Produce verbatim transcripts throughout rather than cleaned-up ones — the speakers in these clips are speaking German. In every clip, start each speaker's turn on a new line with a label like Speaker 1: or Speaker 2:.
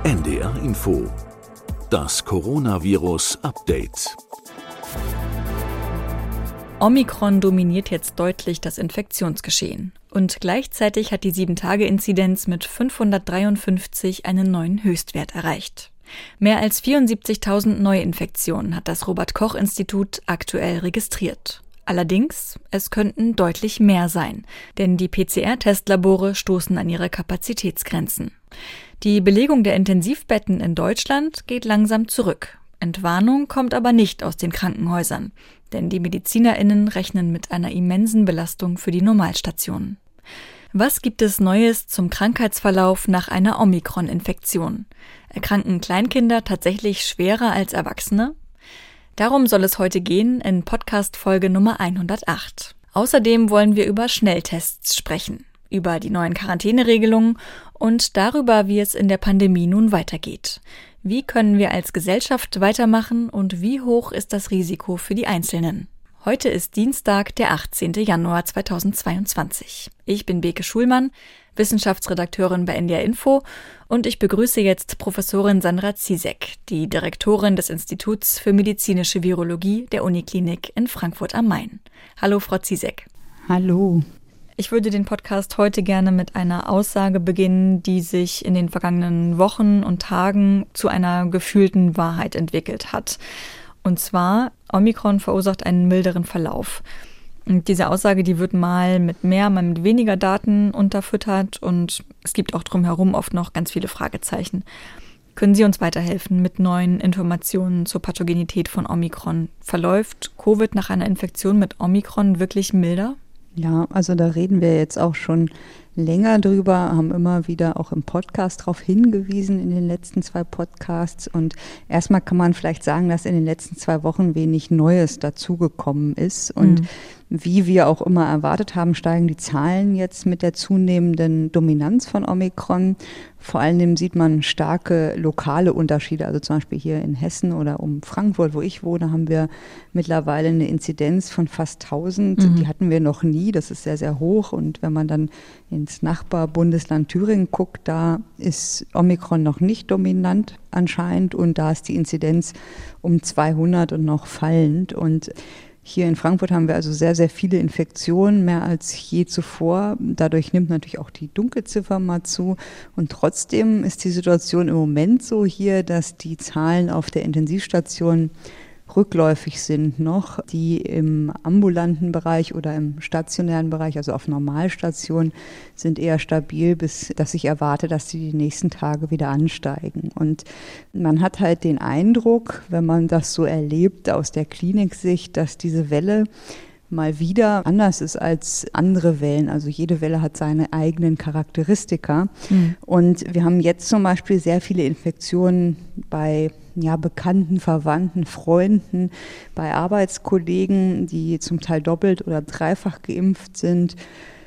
Speaker 1: N D R Info. Das Coronavirus-Update.
Speaker 2: Omikron dominiert jetzt deutlich das Infektionsgeschehen. Und gleichzeitig hat die sieben Tage Inzidenz mit fünfhundertdreiundfünfzig einen neuen Höchstwert erreicht. Mehr als vierundsiebzigtausend Neuinfektionen hat das Robert-Koch-Institut aktuell registriert. Allerdings, es könnten deutlich mehr sein, denn die P C R-Testlabore stoßen an ihre Kapazitätsgrenzen. Die Belegung der Intensivbetten in Deutschland geht langsam zurück. Entwarnung kommt aber nicht aus den Krankenhäusern, denn die MedizinerInnen rechnen mit einer immensen Belastung für die Normalstationen. Was gibt es Neues zum Krankheitsverlauf nach einer Omikron-Infektion? Erkranken Kleinkinder tatsächlich schwerer als Erwachsene? Darum soll es heute gehen in Podcast-Folge Nummer hundertacht. Außerdem wollen wir über Schnelltests sprechen, über die neuen Quarantäneregelungen und darüber, wie es in der Pandemie nun weitergeht. Wie können wir als Gesellschaft weitermachen und wie hoch ist das Risiko für die Einzelnen? Heute ist Dienstag, der achtzehnten Januar zweitausendzweiundzwanzig. Ich bin Beke Schulmann, Wissenschaftsredakteurin bei N D R Info und ich begrüße jetzt Professorin Sandra Ziesek, die Direktorin des Instituts für medizinische Virologie der Uniklinik in Frankfurt am Main. Hallo, Frau Ziesek.
Speaker 3: Hallo.
Speaker 2: Ich würde den Podcast heute gerne mit einer Aussage beginnen, die sich in den vergangenen Wochen und Tagen zu einer gefühlten Wahrheit entwickelt hat. Und zwar, Omikron verursacht einen milderen Verlauf. Und diese Aussage, die wird mal mit mehr, mal mit weniger Daten unterfüttert und es gibt auch drumherum oft noch ganz viele Fragezeichen. Können Sie uns weiterhelfen mit neuen Informationen zur Pathogenität von Omikron? Verläuft Covid nach einer Infektion mit Omikron wirklich milder?
Speaker 3: Ja, also da reden wir jetzt auch schon länger drüber, haben immer wieder auch im Podcast darauf hingewiesen in den letzten zwei Podcasts. Und erstmal kann man vielleicht sagen, dass in den letzten zwei Wochen wenig Neues dazugekommen ist. Und mhm. wie wir auch immer erwartet haben, steigen die Zahlen jetzt mit der zunehmenden Dominanz von Omikron. Vor allem sieht man starke lokale Unterschiede. Also zum Beispiel hier in Hessen oder um Frankfurt, wo ich wohne, haben wir mittlerweile eine Inzidenz von fast tausend. Mhm. Die hatten wir noch nie. Das ist sehr, sehr hoch. Und wenn man dann ins Nachbarbundesland Thüringen guckt, da ist Omikron noch nicht dominant anscheinend. Und da ist die Inzidenz um zweihundert und noch fallend. Und hier in Frankfurt haben wir also sehr, sehr viele Infektionen, mehr als je zuvor. Dadurch nimmt natürlich auch die Dunkelziffer mal zu. Und trotzdem ist die Situation im Moment so hier, dass die Zahlen auf der Intensivstation rückläufig sind noch, die im ambulanten Bereich oder im stationären Bereich, also auf Normalstationen, sind eher stabil, bis dass ich erwarte, dass sie die nächsten Tage wieder ansteigen. Und man hat halt den Eindruck, wenn man das so erlebt aus der Kliniksicht, dass diese Welle mal wieder anders ist als andere Wellen. Also jede Welle hat seine eigenen Charakteristika. Mhm. Und wir haben jetzt zum Beispiel sehr viele Infektionen bei ja, Bekannten, Verwandten, Freunden, bei Arbeitskollegen, die zum Teil doppelt oder dreifach geimpft sind.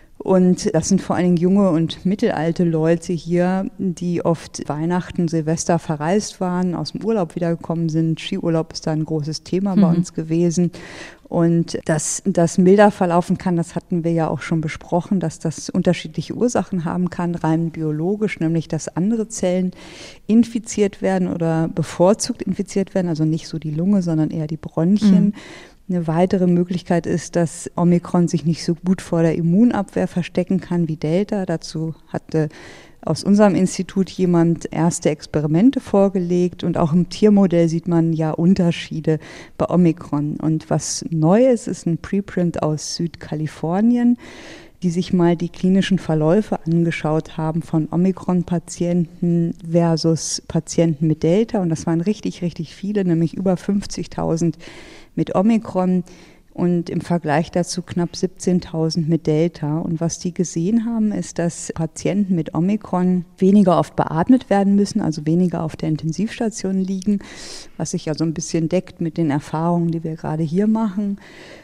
Speaker 3: Und das sind vor allen Dingen junge und mittelalte Leute hier, die oft Weihnachten, Silvester verreist waren, aus dem Urlaub wiedergekommen sind. Skiurlaub ist da ein großes Thema mhm. bei uns gewesen. Und dass das milder verlaufen kann, das hatten wir ja auch schon besprochen, dass das unterschiedliche Ursachen haben kann, rein biologisch, nämlich dass andere Zellen infiziert werden oder bevorzugt infiziert werden, also nicht so die Lunge, sondern eher die Bronchien. Mhm. Eine weitere Möglichkeit ist, dass Omikron sich nicht so gut vor der Immunabwehr verstecken kann wie Delta. Dazu hatte aus unserem Institut jemand erste Experimente vorgelegt und auch im Tiermodell sieht man ja Unterschiede bei Omikron. Und was neu ist, ist ein Preprint aus Südkalifornien, die sich mal die klinischen Verläufe angeschaut haben von Omikron-Patienten versus Patienten mit Delta. Und das waren richtig, richtig viele, nämlich über fünfzigtausend mit Omikron und im Vergleich dazu knapp siebzehntausend mit Delta. Und was die gesehen haben, ist, dass Patienten mit Omikron weniger oft beatmet werden müssen, also weniger auf der Intensivstation liegen, was sich ja so ein bisschen deckt mit den Erfahrungen, die wir gerade hier machen.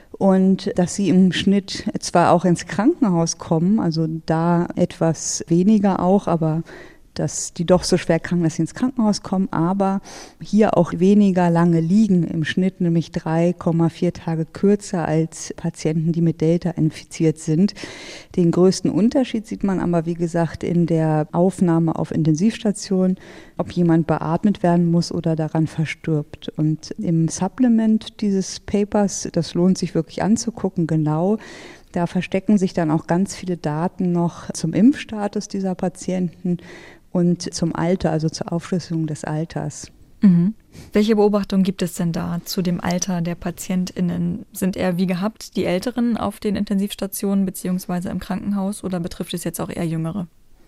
Speaker 3: Und dass sie im Schnitt zwar auch ins Krankenhaus kommen, also da etwas weniger auch, aber dass die doch so schwer krank, dass sie ins Krankenhaus kommen, aber hier auch weniger lange liegen, im Schnitt nämlich drei Komma vier Tage kürzer als Patienten, die mit Delta infiziert sind. Den größten Unterschied sieht man aber, wie gesagt, in der Aufnahme auf Intensivstation, ob jemand beatmet werden muss oder daran verstirbt. Und im Supplement dieses Papers, das lohnt sich wirklich anzugucken, genau, da verstecken sich dann auch ganz viele Daten noch zum Impfstatus dieser Patienten und zum Alter, also zur Aufschlüsselung des Alters.
Speaker 2: Mhm. Welche Beobachtungen gibt es denn da zu dem Alter der PatientInnen? Sind eher wie gehabt die Älteren auf den Intensivstationen beziehungsweise im Krankenhaus oder betrifft es jetzt auch eher Jüngere?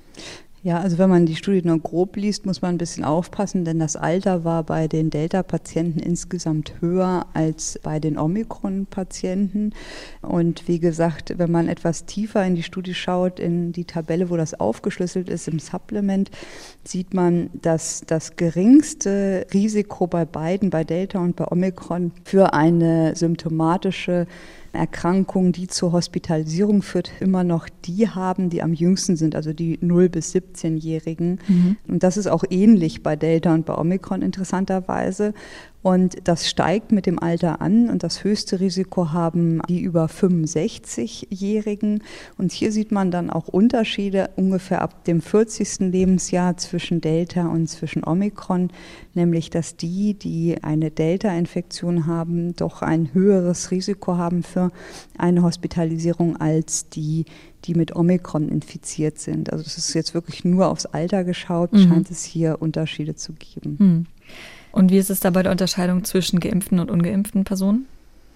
Speaker 3: Ja, also wenn man die Studie nur grob liest, muss man ein bisschen aufpassen, denn das Alter war bei den Delta-Patienten insgesamt höher als bei den Omikron-Patienten. Und wie gesagt, wenn man etwas tiefer in die Studie schaut, in die Tabelle, wo das aufgeschlüsselt ist im Supplement, sieht man, dass das geringste Risiko bei beiden, bei Delta und bei Omikron, für eine symptomatische Erkrankung, die zur Hospitalisierung führt, immer noch die haben, die am jüngsten sind, also die null bis siebzehn-Jährigen. Mhm. Und das ist auch ähnlich bei Delta und bei Omikron interessanterweise. Und das steigt mit dem Alter an und das höchste Risiko haben die über fünfundsechzig-Jährigen. Und hier sieht man dann auch Unterschiede ungefähr ab dem vierzigsten Lebensjahr zwischen Delta und zwischen Omikron, nämlich dass die, die eine Delta-Infektion haben, doch ein höheres Risiko haben für eine Hospitalisierung als die, die mit Omikron infiziert sind. Also es ist jetzt wirklich nur aufs Alter geschaut, mhm. scheint es hier Unterschiede zu geben.
Speaker 2: Mhm. Und wie ist es da bei der Unterscheidung zwischen geimpften und ungeimpften Personen?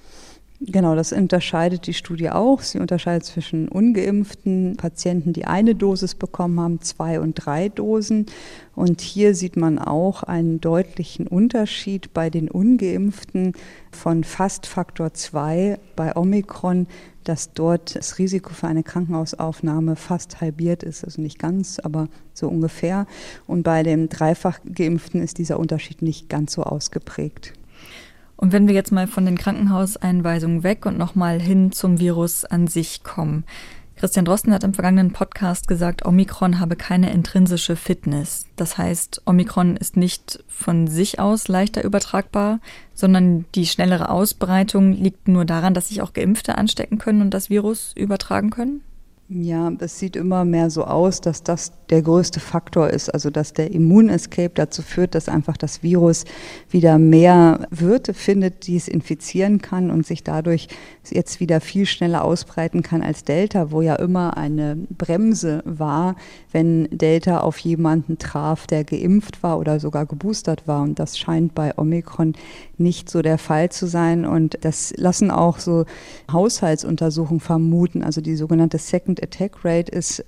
Speaker 3: Genau, das unterscheidet die Studie auch. Sie unterscheidet zwischen ungeimpften Patienten, die eine Dosis bekommen haben, zwei und drei Dosen. Und hier sieht man auch einen deutlichen Unterschied bei den Ungeimpften von fast Faktor zwei bei Omikron, dass dort das Risiko für eine Krankenhausaufnahme fast halbiert ist, also nicht ganz, aber so ungefähr. Und bei den dreifach Geimpften ist dieser Unterschied nicht ganz so ausgeprägt.
Speaker 2: Und wenn wir jetzt mal von den Krankenhauseinweisungen weg und nochmal hin zum Virus an sich kommen. Christian Drosten hat im vergangenen Podcast gesagt, Omikron habe keine intrinsische Fitness. Das heißt, Omikron ist nicht von sich aus leichter übertragbar, sondern die schnellere Ausbreitung liegt nur daran, dass sich auch Geimpfte anstecken können und das Virus übertragen können?
Speaker 3: Ja, es sieht immer mehr so aus, dass das der größte Faktor ist, also dass der Immunescape dazu führt, dass einfach das Virus wieder mehr Wirte findet, die es infizieren kann und sich dadurch jetzt wieder viel schneller ausbreiten kann als Delta, wo ja immer eine Bremse war, wenn Delta auf jemanden traf, der geimpft war oder sogar geboostert war. Und das scheint bei Omikron nicht so der Fall zu sein. Und das lassen auch so Haushaltsuntersuchungen vermuten, also die sogenannte Second Attack Rate ist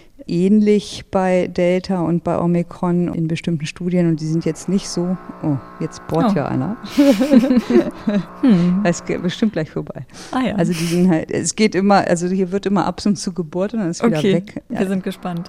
Speaker 3: ähnlich bei Delta und bei Omikron in bestimmten Studien und die sind jetzt nicht so, oh, jetzt bohrt oh. ja einer. hm. Es geht bestimmt gleich vorbei.
Speaker 2: Ah, ja.
Speaker 3: Also die sind halt, es geht immer, also hier wird immer ab und zu gebohrt und dann ist wieder
Speaker 2: okay.
Speaker 3: weg.
Speaker 2: Wir ja. sind gespannt.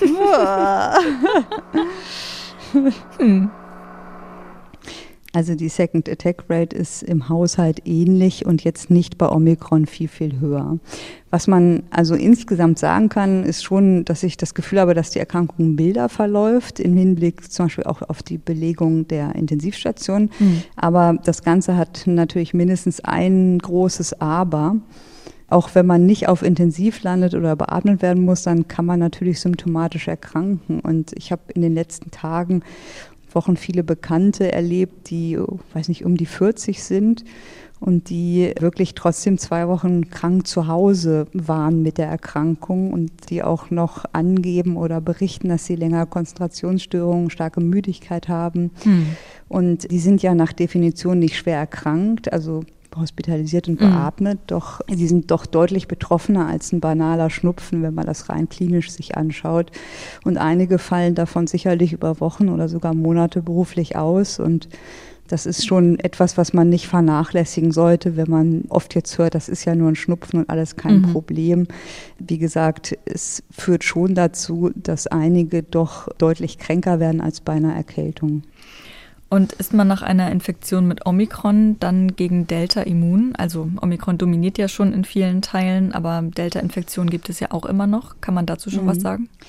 Speaker 3: hm. Also die Second Attack Rate ist im Haushalt ähnlich und jetzt nicht bei Omikron viel, viel höher. Was man also insgesamt sagen kann, ist schon, dass ich das Gefühl habe, dass die Erkrankung milder verläuft, im Hinblick zum Beispiel auch auf die Belegung der Intensivstation. Mhm. Aber das Ganze hat natürlich mindestens ein großes Aber. Auch wenn man nicht auf Intensiv landet oder beatmet werden muss, dann kann man natürlich symptomatisch erkranken. Und ich habe in den letzten Tagen Wochen viele Bekannte erlebt, die, weiß nicht, um die vierzig sind und die wirklich trotzdem zwei Wochen krank zu Hause waren mit der Erkrankung und die auch noch angeben oder berichten, dass sie länger Konzentrationsstörungen, starke Müdigkeit haben. Hm. Und die sind ja nach Definition nicht schwer erkrankt, also hospitalisiert und beatmet, mhm. doch die sind doch deutlich betroffener als ein banaler Schnupfen, wenn man das rein klinisch sich anschaut. Und einige fallen davon sicherlich über Wochen oder sogar Monate beruflich aus. Und das ist schon etwas, was man nicht vernachlässigen sollte, wenn man oft jetzt hört, das ist ja nur ein Schnupfen und alles kein mhm. Problem. Wie gesagt, es führt schon dazu, dass einige doch deutlich kränker werden als bei einer Erkältung.
Speaker 2: Und ist man nach einer Infektion mit Omikron dann gegen Delta immun? Also Omikron dominiert ja schon in vielen Teilen, aber Delta-Infektionen gibt es ja auch immer noch. Kann man dazu schon mhm. was sagen?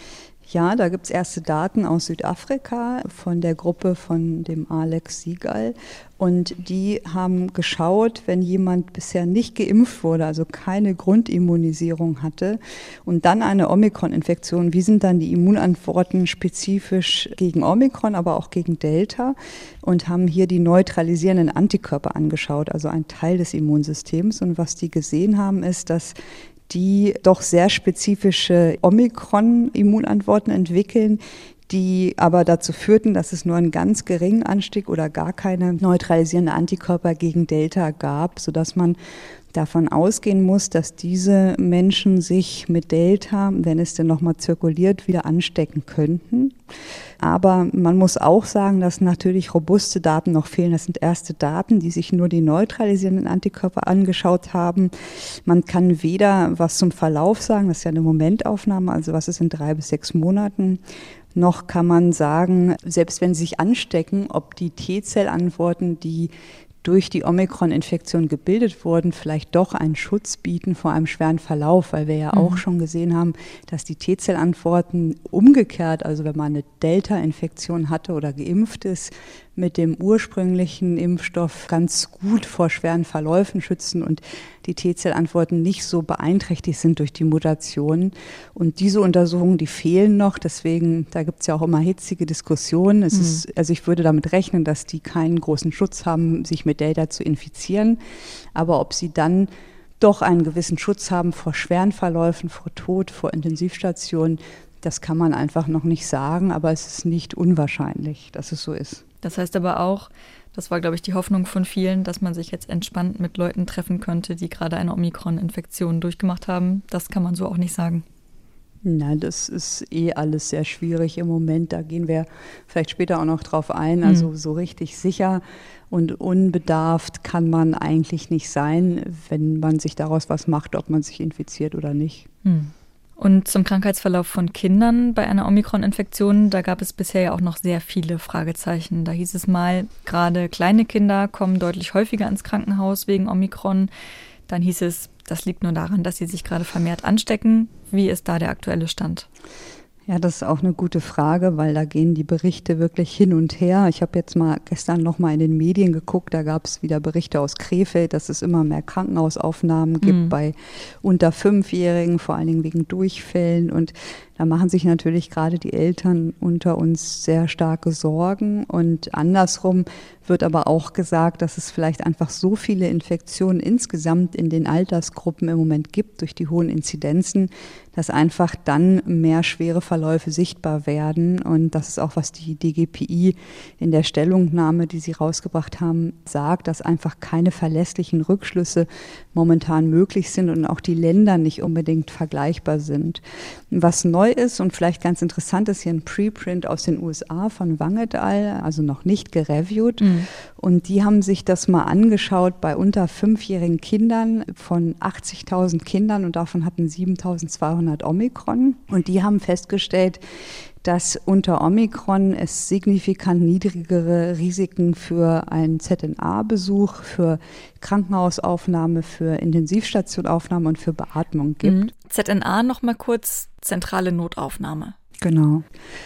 Speaker 3: Ja, da gibt es erste Daten aus Südafrika von der Gruppe von dem Alex Siegal. Und die haben geschaut, wenn jemand bisher nicht geimpft wurde, also keine Grundimmunisierung hatte und dann eine Omikron-Infektion, wie sind dann die Immunantworten spezifisch gegen Omikron, aber auch gegen Delta, und haben hier die neutralisierenden Antikörper angeschaut, also ein Teil des Immunsystems. Und was die gesehen haben, ist, dass die doch sehr spezifische Omikron-Immunantworten entwickeln, die aber dazu führten, dass es nur einen ganz geringen Anstieg oder gar keine neutralisierenden Antikörper gegen Delta gab, sodass man davon ausgehen muss, dass diese Menschen sich mit Delta, wenn es denn nochmal zirkuliert, wieder anstecken könnten. Aber man muss auch sagen, dass natürlich robuste Daten noch fehlen. Das sind erste Daten, die sich nur die neutralisierenden Antikörper angeschaut haben. Man kann weder was zum Verlauf sagen, das ist ja eine Momentaufnahme, also was ist in drei bis sechs Monaten, noch kann man sagen, selbst wenn sie sich anstecken, ob die T-Zellantworten, die durch die Omikron-Infektion gebildet wurden, vielleicht doch einen Schutz bieten vor einem schweren Verlauf, weil wir ja auch schon gesehen haben, dass die T-Zellantworten umgekehrt, also wenn man eine Delta-Infektion hatte oder geimpft ist, mit dem ursprünglichen Impfstoff ganz gut vor schweren Verläufen schützen und die T-Zellantworten nicht so beeinträchtigt sind durch die Mutationen. Und diese Untersuchungen, die fehlen noch, deswegen, da gibt es ja auch immer hitzige Diskussionen. Es mhm. ist, also ich würde damit rechnen, dass die keinen großen Schutz haben, sich mit Delta zu infizieren. Aber ob sie dann doch einen gewissen Schutz haben vor schweren Verläufen, vor Tod, vor Intensivstationen, das kann man einfach noch nicht sagen, aber es ist nicht unwahrscheinlich, dass es so ist.
Speaker 2: Das heißt aber auch, das war, glaube ich, die Hoffnung von vielen, dass man sich jetzt entspannt mit Leuten treffen könnte, die gerade eine Omikron-Infektion durchgemacht haben. Das kann man so auch nicht sagen.
Speaker 3: Nein, das ist eh alles sehr schwierig im Moment. Da gehen wir vielleicht später auch noch drauf ein. Also so richtig sicher und unbedarft kann man eigentlich nicht sein, wenn man sich daraus was macht, ob man sich infiziert oder nicht.
Speaker 2: Hm. Und zum Krankheitsverlauf von Kindern bei einer Omikron-Infektion, da gab es bisher ja auch noch sehr viele Fragezeichen. Da hieß es mal, gerade kleine Kinder kommen deutlich häufiger ins Krankenhaus wegen Omikron. Dann hieß es, das liegt nur daran, dass sie sich gerade vermehrt anstecken. Wie ist da der aktuelle Stand?
Speaker 3: Ja, das ist auch eine gute Frage, weil da gehen die Berichte wirklich hin und her. Ich habe jetzt mal gestern noch mal in den Medien geguckt, da gab es wieder Berichte aus Krefeld, dass es immer mehr Krankenhausaufnahmen gibt mhm. bei unter Fünfjährigen, vor allen Dingen wegen Durchfällen. Und da machen sich natürlich gerade die Eltern unter uns sehr starke Sorgen. Und andersrum wird aber auch gesagt, dass es vielleicht einfach so viele Infektionen insgesamt in den Altersgruppen im Moment gibt durch die hohen Inzidenzen, dass einfach dann mehr schwere Verläufe sichtbar werden. Und das ist auch, was die D G P I in der Stellungnahme, die sie rausgebracht haben, sagt, dass einfach keine verlässlichen Rückschlüsse momentan möglich sind und auch die Länder nicht unbedingt vergleichbar sind. Was neu ist und vielleicht ganz interessant ist, hier ein Preprint aus den U S A von Wang et al., also noch nicht gereviewt. Mhm. Und die haben sich das mal angeschaut bei unter fünfjährigen Kindern von achtzigtausend Kindern und davon hatten siebentausendzweihundert Omikron. Und die haben festgestellt, dass unter Omikron es signifikant niedrigere Risiken für einen Z N A-Besuch, für Krankenhausaufnahme, für Intensivstationaufnahme und für Beatmung gibt.
Speaker 2: Mhm. Z N A noch mal kurz, zentrale Notaufnahme.
Speaker 3: Genau.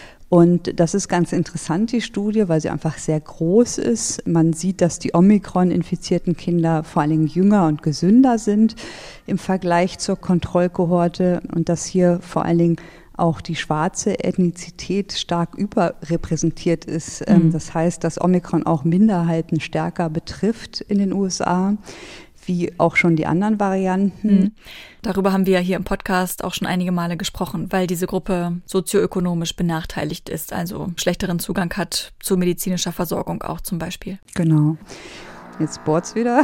Speaker 3: Und das ist ganz interessant, die Studie, weil sie einfach sehr groß ist. Man sieht, dass die Omikron-infizierten Kinder vor allen Dingen jünger und gesünder sind im Vergleich zur Kontrollkohorte und dass hier vor allen Dingen auch die schwarze Ethnizität stark überrepräsentiert ist. Mhm. Das heißt, dass Omikron auch Minderheiten stärker betrifft in den U S A, wie auch schon die anderen Varianten.
Speaker 2: Mhm. Darüber haben wir ja hier im Podcast auch schon einige Male gesprochen, weil diese Gruppe sozioökonomisch benachteiligt ist, also schlechteren Zugang hat zu medizinischer Versorgung auch zum Beispiel.
Speaker 3: Genau. Jetzt bohrt's wieder.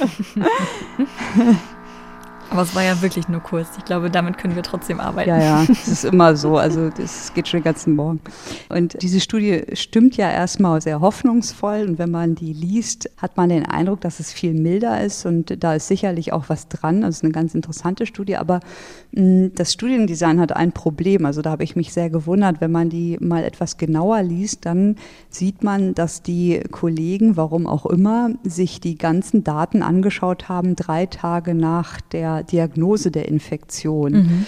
Speaker 2: Aber es war ja wirklich nur kurz. Ich glaube, damit können wir trotzdem arbeiten.
Speaker 3: Ja, ja, das ist immer so. Also das geht schon den ganzen Morgen. Und diese Studie stimmt ja erstmal sehr hoffnungsvoll. Und wenn man die liest, hat man den Eindruck, dass es viel milder ist. Und da ist sicherlich auch was dran. Das ist eine ganz interessante Studie. Aber mh, das Studiendesign hat ein Problem. Also da habe ich mich sehr gewundert. Wenn man die mal etwas genauer liest, dann sieht man, dass die Kollegen, warum auch immer, sich die ganzen Daten angeschaut haben, drei Tage nach der Diagnose der Infektion. Mhm.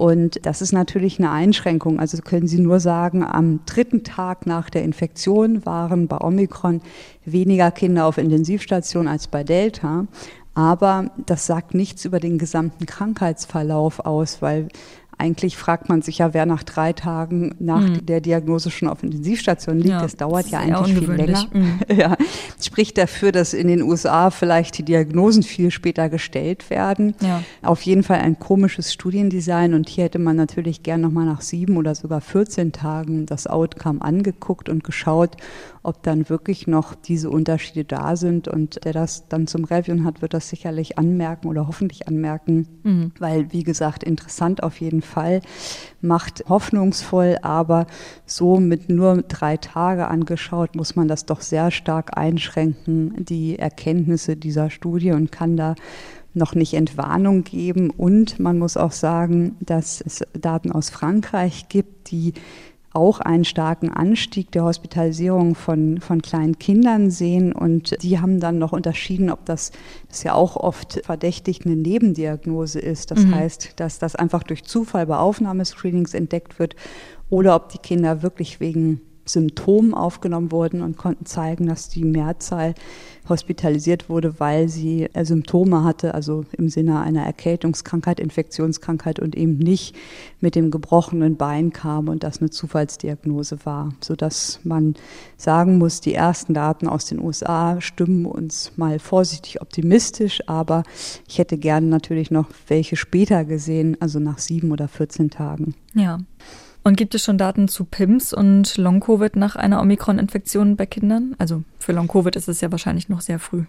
Speaker 3: Und das ist natürlich eine Einschränkung. Also können Sie nur sagen, am dritten Tag nach der Infektion waren bei Omikron weniger Kinder auf Intensivstation als bei Delta. Aber das sagt nichts über den gesamten Krankheitsverlauf aus, weil eigentlich fragt man sich ja, wer nach drei Tagen nach mhm. der Diagnose schon auf Intensivstation liegt. Ja, das dauert das ja eigentlich viel länger. Mhm. Ja, spricht dafür, dass in den U S A vielleicht die Diagnosen viel später gestellt werden. Ja. Auf jeden Fall ein komisches Studiendesign. Und hier hätte man natürlich gern nochmal nach sieben oder sogar vierzehn Tagen das Outcome angeguckt und geschaut, ob dann wirklich noch diese Unterschiede da sind. Und der das dann zum Reviewen hat, wird das sicherlich anmerken oder hoffentlich anmerken. Mhm. Weil, wie gesagt, interessant auf jeden Fall. Fall, macht hoffnungsvoll, aber so mit nur drei Tage angeschaut, muss man das doch sehr stark einschränken, die Erkenntnisse dieser Studie, und kann da noch nicht Entwarnung geben. Und man muss auch sagen, dass es Daten aus Frankreich gibt, die auch einen starken Anstieg der Hospitalisierung von, von kleinen Kindern sehen. Und die haben dann noch unterschieden, ob das, das ist ja auch oft verdächtig, eine Nebendiagnose ist. Das mhm. heißt, dass das einfach durch Zufall bei Aufnahmescreenings entdeckt wird oder ob die Kinder wirklich wegen Symptomen aufgenommen wurden und konnten zeigen, dass die Mehrzahl hospitalisiert wurde, weil sie Symptome hatte, also im Sinne einer Erkältungskrankheit, Infektionskrankheit, und eben nicht mit dem gebrochenen Bein kam und das eine Zufallsdiagnose war, sodass man sagen muss, die ersten Daten aus den U S A stimmen uns mal vorsichtig optimistisch, aber ich hätte gerne natürlich noch welche später gesehen, also nach sieben oder vierzehn Tagen.
Speaker 2: Ja. Und gibt es schon Daten zu P I M S und Long-Covid nach einer Omikron-Infektion bei Kindern? Also für Long-Covid ist es ja wahrscheinlich noch sehr früh.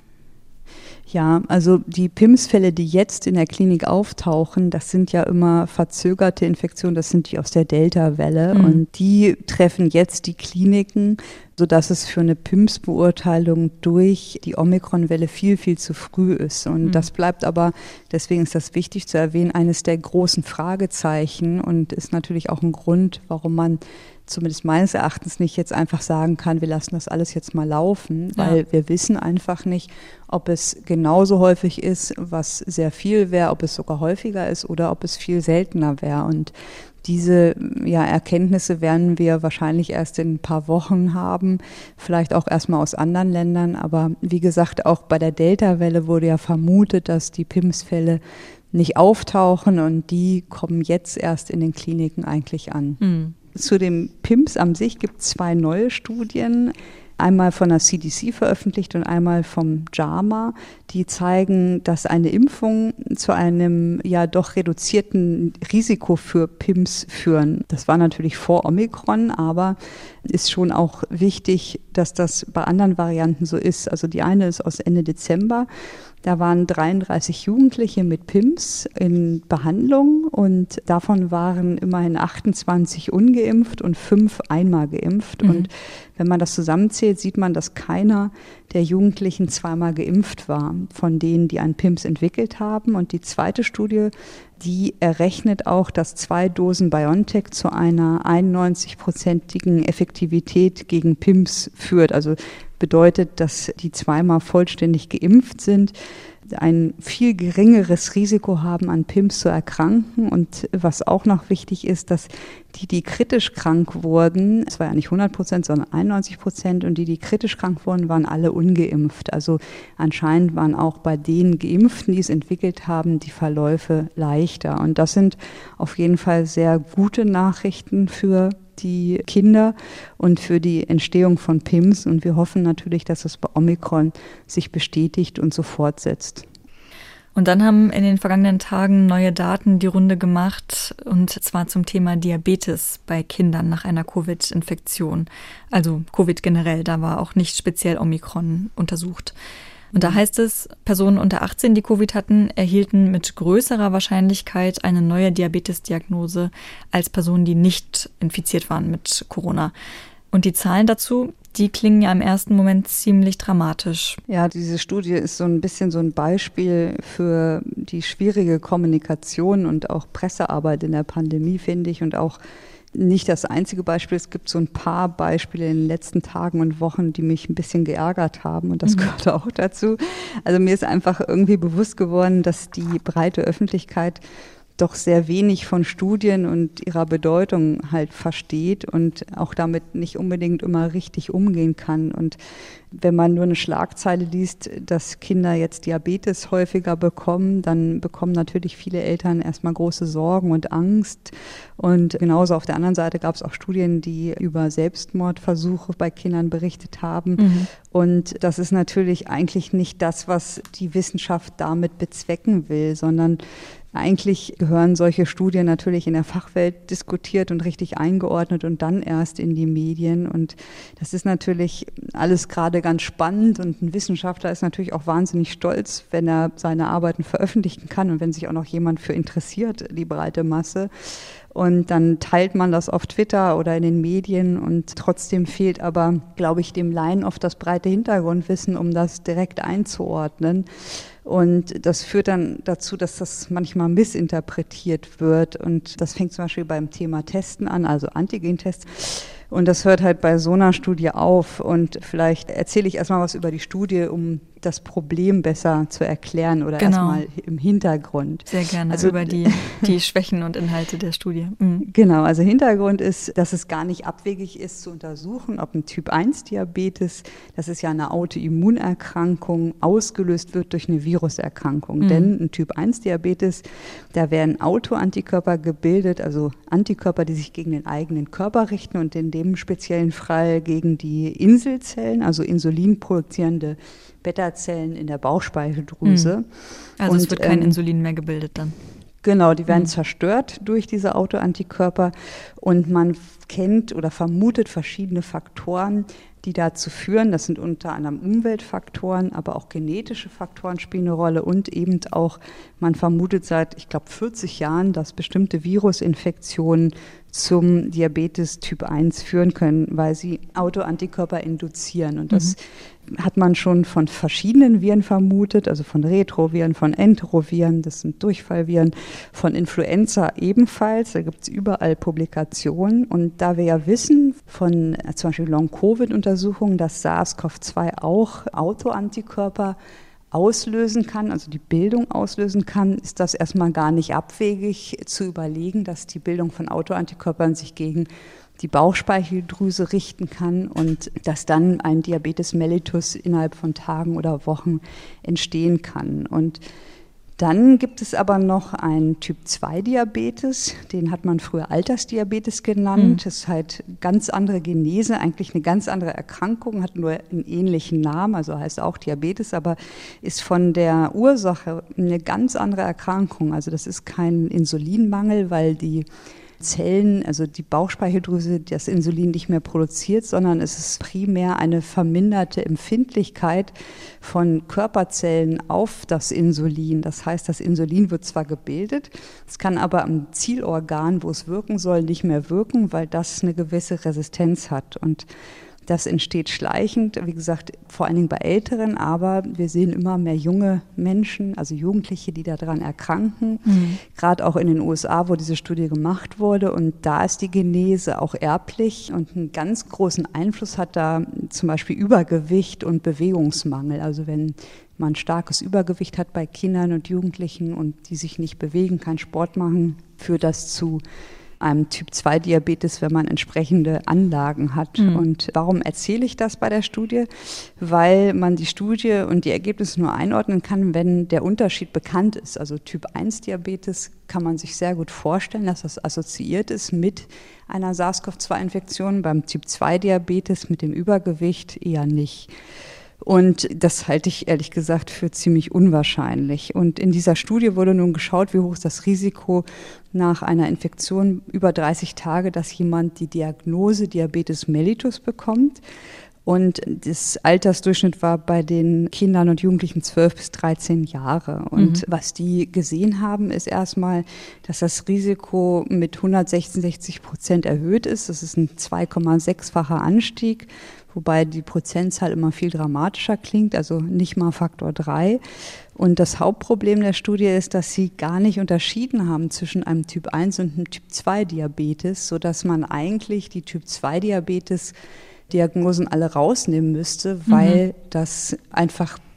Speaker 3: Ja, also die P I M S-Fälle, die jetzt in der Klinik auftauchen, das sind ja immer verzögerte Infektionen, das sind die aus der Delta-Welle. Mhm. Und die treffen jetzt die Kliniken, sodass es für eine P I M S-Beurteilung durch die Omikron-Welle viel, viel zu früh ist. Und mhm. das bleibt aber, deswegen ist das wichtig zu erwähnen, eines der großen Fragezeichen und ist natürlich auch ein Grund, warum man zumindest meines Erachtens nicht jetzt einfach sagen kann, wir lassen das alles jetzt mal laufen, weil ja. wir wissen einfach nicht, ob es genauso häufig ist, was sehr viel wäre, ob es sogar häufiger ist oder ob es viel seltener wäre. Und diese ja, Erkenntnisse werden wir wahrscheinlich erst in ein paar Wochen haben, vielleicht auch erstmal aus anderen Ländern. Aber wie gesagt, auch bei der Delta-Welle wurde ja vermutet, dass die P I M S-Fälle nicht auftauchen, und die kommen jetzt erst in den Kliniken eigentlich an. Mhm. Zu dem P I M S an sich gibt es zwei neue Studien, einmal von der C D C veröffentlicht und einmal vom JAMA, die zeigen, dass eine Impfung zu einem ja doch reduzierten Risiko für P I M S führen. Das war natürlich vor Omikron, aber ist schon auch wichtig, dass das bei anderen Varianten so ist. Also die eine ist aus Ende Dezember. Da waren dreiunddreißig Jugendliche mit P I M S in Behandlung und davon waren immerhin achtundzwanzig ungeimpft und fünf einmal geimpft. Mhm. Und wenn man das zusammenzählt, sieht man, dass keiner der Jugendlichen zweimal geimpft war, von denen, die ein P I M S entwickelt haben. Und die zweite Studie, die errechnet auch, dass zwei Dosen BioNTech zu einer einundneunzig-prozentigen Effektivität gegen P I M S führt. Also bedeutet, dass die zweimal vollständig geimpft sind, ein viel geringeres Risiko haben, an P I M S zu erkranken. Und was auch noch wichtig ist, dass die, die kritisch krank wurden, es war ja nicht hundert Prozent, sondern einundneunzig Prozent, und die, die kritisch krank wurden, waren alle ungeimpft. Also anscheinend waren auch bei den Geimpften, die es entwickelt haben, die Verläufe leichter. Und das sind auf jeden Fall sehr gute Nachrichten für die Kinder und für die Entstehung von P I M S. Und wir hoffen natürlich, dass es bei Omikron sich bestätigt und so fortsetzt.
Speaker 2: Und dann haben in den vergangenen Tagen neue Daten die Runde gemacht, und zwar zum Thema Diabetes bei Kindern nach einer Covid-Infektion. Also Covid generell, da war auch nicht speziell Omikron untersucht. Und da heißt es, Personen unter achtzehn, die Covid hatten, erhielten mit größerer Wahrscheinlichkeit eine neue Diabetesdiagnose als Personen, die nicht infiziert waren mit Corona. Und die Zahlen dazu, die klingen ja im ersten Moment ziemlich dramatisch.
Speaker 3: Ja, diese Studie ist so ein bisschen so ein Beispiel für die schwierige Kommunikation und auch Pressearbeit in der Pandemie, finde ich, und auch nicht das einzige Beispiel. Es gibt so ein paar Beispiele in den letzten Tagen und Wochen, die mich ein bisschen geärgert haben, und das mhm. gehört auch dazu. Also mir ist einfach irgendwie bewusst geworden, dass die breite Öffentlichkeit doch sehr wenig von Studien und ihrer Bedeutung halt versteht und auch damit nicht unbedingt immer richtig umgehen kann. Und wenn man nur eine Schlagzeile liest, dass Kinder jetzt Diabetes häufiger bekommen, dann bekommen natürlich viele Eltern erstmal große Sorgen und Angst. Und genauso auf der anderen Seite gab es auch Studien, die über Selbstmordversuche bei Kindern berichtet haben. Mhm. Und das ist natürlich eigentlich nicht das, was die Wissenschaft damit bezwecken will, sondern eigentlich gehören solche Studien natürlich in der Fachwelt diskutiert und richtig eingeordnet und dann erst in die Medien. Und das ist natürlich alles gerade ganz spannend und ein Wissenschaftler ist natürlich auch wahnsinnig stolz, wenn er seine Arbeiten veröffentlichen kann und wenn sich auch noch jemand für interessiert, die breite Masse. Und dann teilt man das auf Twitter oder in den Medien und trotzdem fehlt aber, glaube ich, dem Laien oft das breite Hintergrundwissen, um das direkt einzuordnen. Und das führt dann dazu, dass das manchmal missinterpretiert wird. Und das fängt zum Beispiel beim Thema Testen an, also Antigentests. Und das hört halt bei so einer Studie auf. Und vielleicht erzähle ich erstmal was über die Studie, um das Problem besser zu erklären oder
Speaker 2: genau.
Speaker 3: erstmal im Hintergrund.
Speaker 2: Sehr gerne, also über die, die Schwächen und Inhalte der Studie. Mhm.
Speaker 3: Genau, also Hintergrund ist, dass es gar nicht abwegig ist zu untersuchen, ob ein Typ eins Diabetes, das ist ja eine Autoimmunerkrankung, ausgelöst wird durch eine Viruserkrankung. Mhm. Denn ein Typ eins Diabetes, da werden Autoantikörper gebildet, also Antikörper, die sich gegen den eigenen Körper richten und in dem speziellen Fall gegen die Inselzellen, also insulinproduzierende Beta-Zellen in der Bauchspeicheldrüse.
Speaker 2: Also
Speaker 3: und,
Speaker 2: es wird kein
Speaker 3: ähm,
Speaker 2: Insulin mehr gebildet dann.
Speaker 3: Genau, die werden
Speaker 2: mhm.
Speaker 3: zerstört durch diese Autoantikörper und man kennt oder vermutet verschiedene Faktoren, die dazu führen. Das sind unter anderem Umweltfaktoren, aber auch genetische Faktoren spielen eine Rolle und eben auch, man vermutet seit, ich glaube, vierzig Jahren, dass bestimmte Virusinfektionen zum Diabetes Typ eins führen können, weil sie Autoantikörper induzieren. Und das mhm. hat man schon von verschiedenen Viren vermutet, also von Retroviren, von Enteroviren, das sind Durchfallviren, von Influenza ebenfalls. Da gibt es überall Publikationen. Und da wir ja wissen von äh, zum Beispiel Long-Covid-Untersuchungen, dass SARS-C o V zwei auch Autoantikörper auslösen kann, also die Bildung auslösen kann, ist das erstmal gar nicht abwegig zu überlegen, dass die Bildung von Autoantikörpern sich gegen die Bauchspeicheldrüse richten kann und dass dann ein Diabetes mellitus innerhalb von Tagen oder Wochen entstehen kann. Und dann gibt es aber noch einen Typ zwei Diabetes, den hat man früher Altersdiabetes genannt. Mhm. Das ist halt ganz andere Genese, eigentlich eine ganz andere Erkrankung, hat nur einen ähnlichen Namen, also heißt auch Diabetes, aber ist von der Ursache eine ganz andere Erkrankung. Also das ist kein Insulinmangel, weil die Zellen, also die Bauchspeicheldrüse, das Insulin nicht mehr produziert, sondern es ist primär eine verminderte Empfindlichkeit von Körperzellen auf das Insulin. Das heißt, das Insulin wird zwar gebildet, es kann aber am Zielorgan, wo es wirken soll, nicht mehr wirken, weil das eine gewisse Resistenz hat. Und das entsteht schleichend, wie gesagt, vor allen Dingen bei Älteren, aber wir sehen immer mehr junge Menschen, also Jugendliche, die daran erkranken, mhm. gerade auch in den U S A, wo diese Studie gemacht wurde. Und da ist die Genese auch erblich und einen ganz großen Einfluss hat da zum Beispiel Übergewicht und Bewegungsmangel. Also wenn man starkes Übergewicht hat bei Kindern und Jugendlichen und die sich nicht bewegen, keinen Sport machen, führt das zu einem Typ zwei Diabetes, wenn man entsprechende Anlagen hat. Mhm. Und warum erzähle ich das bei der Studie? Weil man die Studie und die Ergebnisse nur einordnen kann, wenn der Unterschied bekannt ist. Also Typ eins Diabetes kann man sich sehr gut vorstellen, dass das assoziiert ist mit einer SARS-C o V zwei Infektion. Beim Typ zwei Diabetes mit dem Übergewicht eher nicht. Und das halte ich ehrlich gesagt für ziemlich unwahrscheinlich. Und in dieser Studie wurde nun geschaut, wie hoch ist das Risiko nach einer Infektion über dreißig Tage, dass jemand die Diagnose Diabetes mellitus bekommt. Und das Altersdurchschnitt war bei den Kindern und Jugendlichen zwölf bis dreizehn Jahre. Und mhm. was die gesehen haben, ist erstmal, dass das Risiko mit hundertsechsundsechzig Prozent erhöht ist. Das ist ein zwei Komma sechs-facher Anstieg, wobei die Prozentzahl immer viel dramatischer klingt, also nicht mal Faktor drei. Und das Hauptproblem der Studie ist, dass sie gar nicht unterschieden haben zwischen einem Typ eins und einem Typ zwei Diabetes, sodass man eigentlich die Typ zwei Diabetes Diagnosen alle rausnehmen müsste, weil mhm. das einfach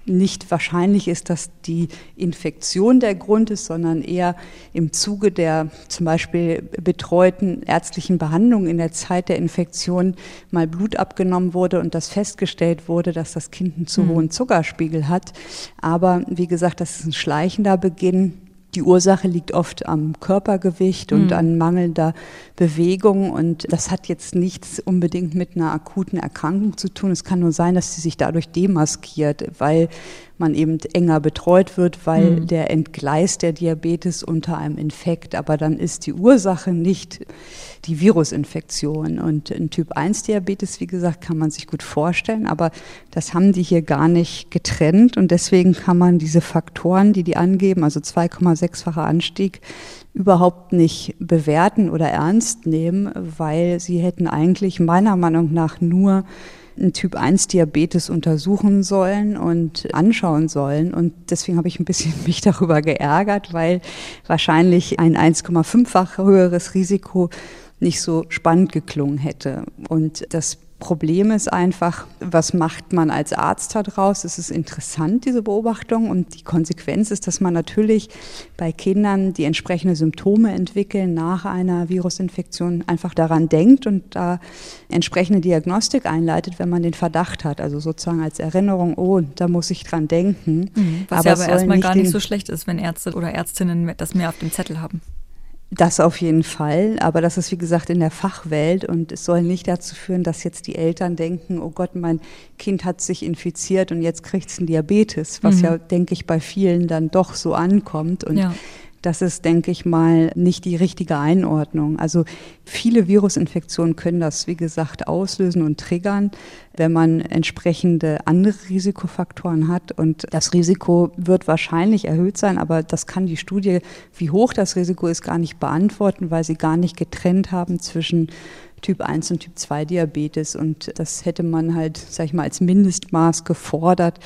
Speaker 3: nicht wahrscheinlich ist, dass die Infektion der Grund ist, sondern eher im Zuge der zum Beispiel betreuten ärztlichen Behandlung in der Zeit der Infektion mal Blut abgenommen wurde und das festgestellt wurde, dass das Kind einen zu mhm. hohen Zuckerspiegel hat. Aber wie gesagt, das ist ein schleichender Beginn. Die Ursache liegt oft am Körpergewicht und mhm. an mangelnder Bewegung und das hat jetzt nichts unbedingt mit einer akuten Erkrankung zu tun. Es kann nur sein, dass sie sich dadurch demaskiert, weil man eben enger betreut wird, weil mhm. der entgleist der Diabetes unter einem Infekt. Aber dann ist die Ursache nicht die Virusinfektion. Und ein Typ eins Diabetes, wie gesagt, kann man sich gut vorstellen, aber das haben die hier gar nicht getrennt und deswegen kann man diese Faktoren, die die angeben, also zwei Komma sechs-facher Anstieg, überhaupt nicht bewerten oder ernst nehmen, weil sie hätten eigentlich meiner Meinung nach nur einen Typ eins Diabetes untersuchen sollen und anschauen sollen. Und deswegen habe ich ein bisschen mich darüber geärgert, weil wahrscheinlich ein eins Komma fünf-fach höheres Risiko nicht so spannend geklungen hätte. Und das Problem ist einfach, was macht man als Arzt daraus? Es ist interessant, diese Beobachtung. Und die Konsequenz ist, dass man natürlich bei Kindern, die entsprechende Symptome entwickeln nach einer Virusinfektion, einfach daran denkt und da entsprechende Diagnostik einleitet, wenn man den Verdacht hat. Also sozusagen als Erinnerung, oh, da muss ich dran denken.
Speaker 2: Mhm. Was aber, ja aber erstmal gar nicht so schlecht ist, wenn Ärzte oder Ärztinnen das mehr auf dem Zettel haben.
Speaker 3: Das auf jeden Fall, aber das ist wie gesagt in der Fachwelt und es soll nicht dazu führen, dass jetzt die Eltern denken, oh Gott, mein Kind hat sich infiziert und jetzt kriegt es einen Diabetes, was mhm. ja, denke ich, bei vielen dann doch so ankommt und ja. Das ist, denke ich mal, nicht die richtige Einordnung. Also viele Virusinfektionen können das, wie gesagt, auslösen und triggern, wenn man entsprechende andere Risikofaktoren hat. Und das Risiko wird wahrscheinlich erhöht sein, aber das kann die Studie, wie hoch das Risiko ist, gar nicht beantworten, weil sie gar nicht getrennt haben zwischen Typ eins und Typ zwei Diabetes und das hätte man halt, sag ich mal, als Mindestmaß gefordert,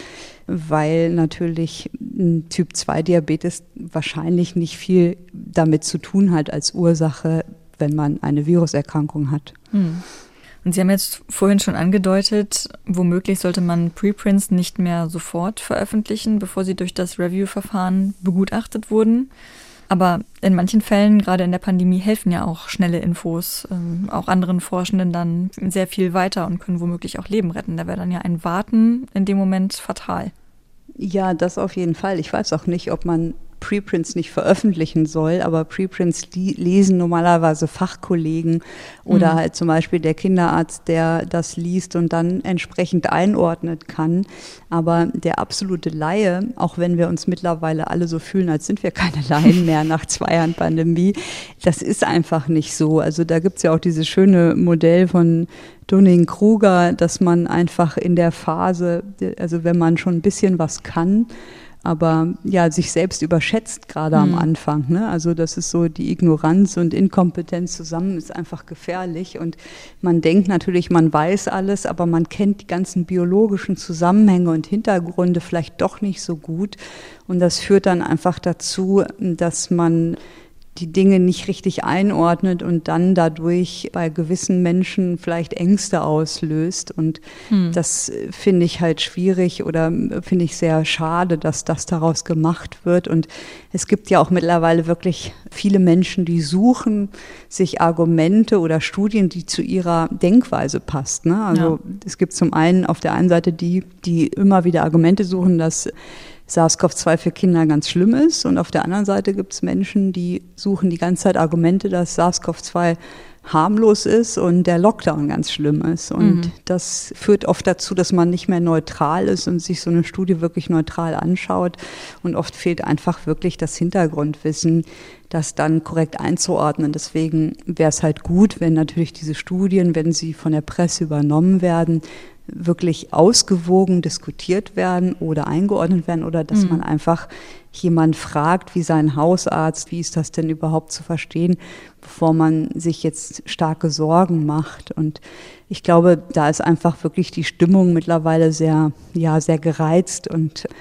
Speaker 3: weil natürlich ein Typ zwei Diabetes wahrscheinlich nicht viel damit zu tun hat als Ursache, wenn man eine Viruserkrankung hat.
Speaker 2: Hm. Und Sie haben jetzt vorhin schon angedeutet, womöglich sollte man Preprints nicht mehr sofort veröffentlichen, bevor sie durch das Review-Verfahren begutachtet wurden. Aber in manchen Fällen, gerade in der Pandemie, helfen ja auch schnelle Infos, ähm, auch anderen Forschenden dann sehr viel weiter und können womöglich auch Leben retten. Da wäre dann ja ein Warten in dem Moment fatal.
Speaker 3: Ja, das auf jeden Fall. Ich weiß auch nicht, ob man Preprints nicht veröffentlichen soll, aber Preprints li- lesen normalerweise Fachkollegen oder mhm. halt zum Beispiel der Kinderarzt, der das liest und dann entsprechend einordnet kann. Aber der absolute Laie, auch wenn wir uns mittlerweile alle so fühlen, als sind wir keine Laien mehr nach zwei Jahren Pandemie, das ist einfach nicht so. Also da gibt's ja auch dieses schöne Modell von Dunning-Kruger, dass man einfach in der Phase, also wenn man schon ein bisschen was kann, aber ja, sich selbst überschätzt gerade mhm. am Anfang. Ne? Also das ist so, die Ignoranz und Inkompetenz zusammen ist einfach gefährlich und man denkt natürlich, man weiß alles, aber man kennt die ganzen biologischen Zusammenhänge und Hintergründe vielleicht doch nicht so gut und das führt dann einfach dazu, dass man die Dinge nicht richtig einordnet und dann dadurch bei gewissen Menschen vielleicht Ängste auslöst. Und hm. das finde ich halt schwierig oder finde ich sehr schade, dass das daraus gemacht wird. Und es gibt ja auch mittlerweile wirklich viele Menschen, die suchen sich Argumente oder Studien, die zu ihrer Denkweise passt. Ne? Also ja. es gibt zum einen auf der einen Seite die, die immer wieder Argumente suchen, dass SARS-CoV zwei für Kinder ganz schlimm ist und auf der anderen Seite gibt es Menschen, die suchen die ganze Zeit Argumente, dass SARS-CoV zwei harmlos ist und der Lockdown ganz schlimm ist und mhm. das führt oft dazu, dass man nicht mehr neutral ist und sich so eine Studie wirklich neutral anschaut und oft fehlt einfach wirklich das Hintergrundwissen, das dann korrekt einzuordnen. Deswegen wäre es halt gut, wenn natürlich diese Studien, wenn sie von der Presse übernommen werden, wirklich ausgewogen diskutiert werden oder eingeordnet werden oder dass mhm. man einfach jemand fragt, wie sein Hausarzt, wie ist das denn überhaupt zu verstehen, bevor man sich jetzt starke Sorgen macht. Und ich glaube, da ist einfach wirklich die Stimmung mittlerweile sehr, ja, sehr gereizt und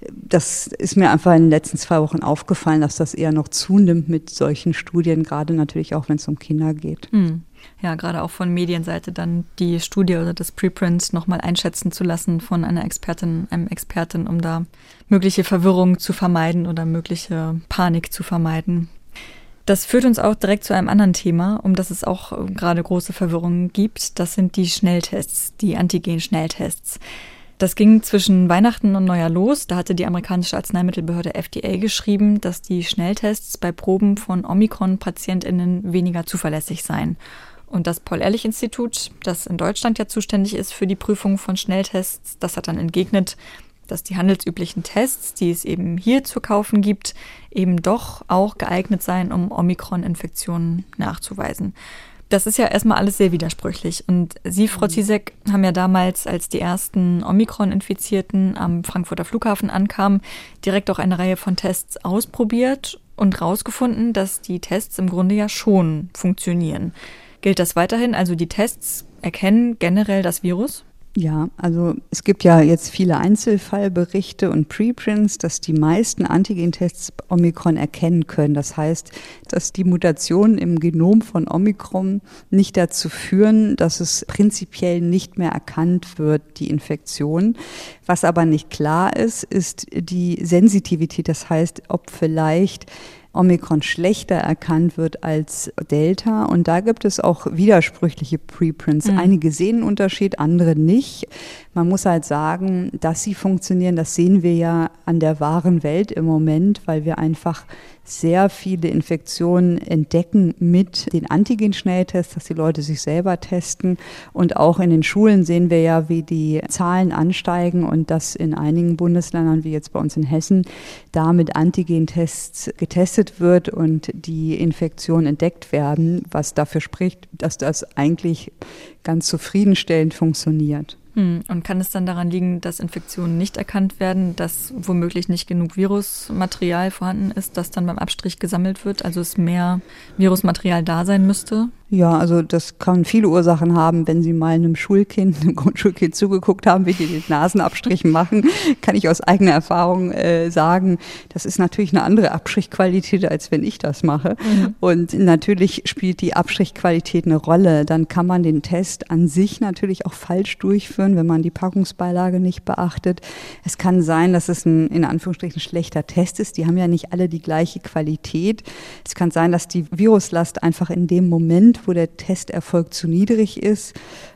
Speaker 3: das ist mir einfach in den letzten zwei Wochen aufgefallen, dass das eher noch zunimmt mit solchen Studien, gerade natürlich auch, wenn es um Kinder geht.
Speaker 2: Hm. Ja, gerade auch von Medienseite dann die Studie oder das Preprint nochmal einschätzen zu lassen von einer Expertin, einem Experten, um da mögliche Verwirrung zu vermeiden oder mögliche Panik zu vermeiden. Das führt uns auch direkt zu einem anderen Thema, um das es auch gerade große Verwirrungen gibt. Das sind die Schnelltests, die Antigen-Schnelltests. Das ging zwischen Weihnachten und Neujahr los. Da hatte die amerikanische Arzneimittelbehörde F D A geschrieben, dass die Schnelltests bei Proben von Omikron-PatientInnen weniger zuverlässig seien. Und das Paul-Ehrlich-Institut, das in Deutschland ja zuständig ist für die Prüfung von Schnelltests, das hat dann entgegnet, dass die handelsüblichen Tests, die es eben hier zu kaufen gibt, eben doch auch geeignet seien, um Omikron-Infektionen nachzuweisen. Das ist ja erstmal alles sehr widersprüchlich. Und Sie, Frau Ziesek, haben ja damals, als die ersten Omikron-Infizierten am Frankfurter Flughafen ankamen, direkt auch eine Reihe von Tests ausprobiert und rausgefunden, dass die Tests im Grunde ja schon funktionieren. Gilt das weiterhin? Also die Tests erkennen generell das Virus?
Speaker 3: Ja, also es gibt ja jetzt viele Einzelfallberichte und Preprints, dass die meisten Antigentests Omikron erkennen können. Das heißt, dass die Mutationen im Genom von Omikron nicht dazu führen, dass es prinzipiell nicht mehr erkannt wird, die Infektion. Was aber nicht klar ist, ist die Sensitivität. Das heißt, ob vielleicht Omikron schlechter erkannt wird als Delta. Und da gibt es auch widersprüchliche Preprints. Mhm. Einige sehen einen Unterschied, andere nicht. Man muss halt sagen, dass sie funktionieren, das sehen wir ja an der wahren Welt im Moment, weil wir einfach sehr viele Infektionen entdecken mit den Antigen-Schnelltests, dass die Leute sich selber testen. Und auch in den Schulen sehen wir ja, wie die Zahlen ansteigen und dass in einigen Bundesländern, wie jetzt bei uns in Hessen, da mit Antigen-Tests getestet wird und die Infektionen entdeckt werden, was dafür spricht, dass das eigentlich ganz zufriedenstellend funktioniert.
Speaker 2: Und kann es dann daran liegen, dass Infektionen nicht erkannt werden, dass womöglich nicht genug Virusmaterial vorhanden ist, das dann beim Abstrich gesammelt wird, also es mehr Virusmaterial da sein müsste?
Speaker 3: Ja, also das kann viele Ursachen haben. Wenn Sie mal einem Schulkind, einem Grundschulkind zugeguckt haben, wie die den Nasenabstrichen machen, kann ich aus eigener Erfahrung äh, sagen, das ist natürlich eine andere Abstrichqualität, als wenn ich das mache. Mhm. Und natürlich spielt die Abstrichqualität eine Rolle. Dann kann man den Test an sich natürlich auch falsch durchführen, wenn man die Packungsbeilage nicht beachtet. Es kann sein, dass es ein, in Anführungsstrichen, schlechter Test ist. Die haben ja nicht alle die gleiche Qualität. Es kann sein, dass die Viruslast einfach in dem Moment, wo der Testerfolg zu niedrig ist.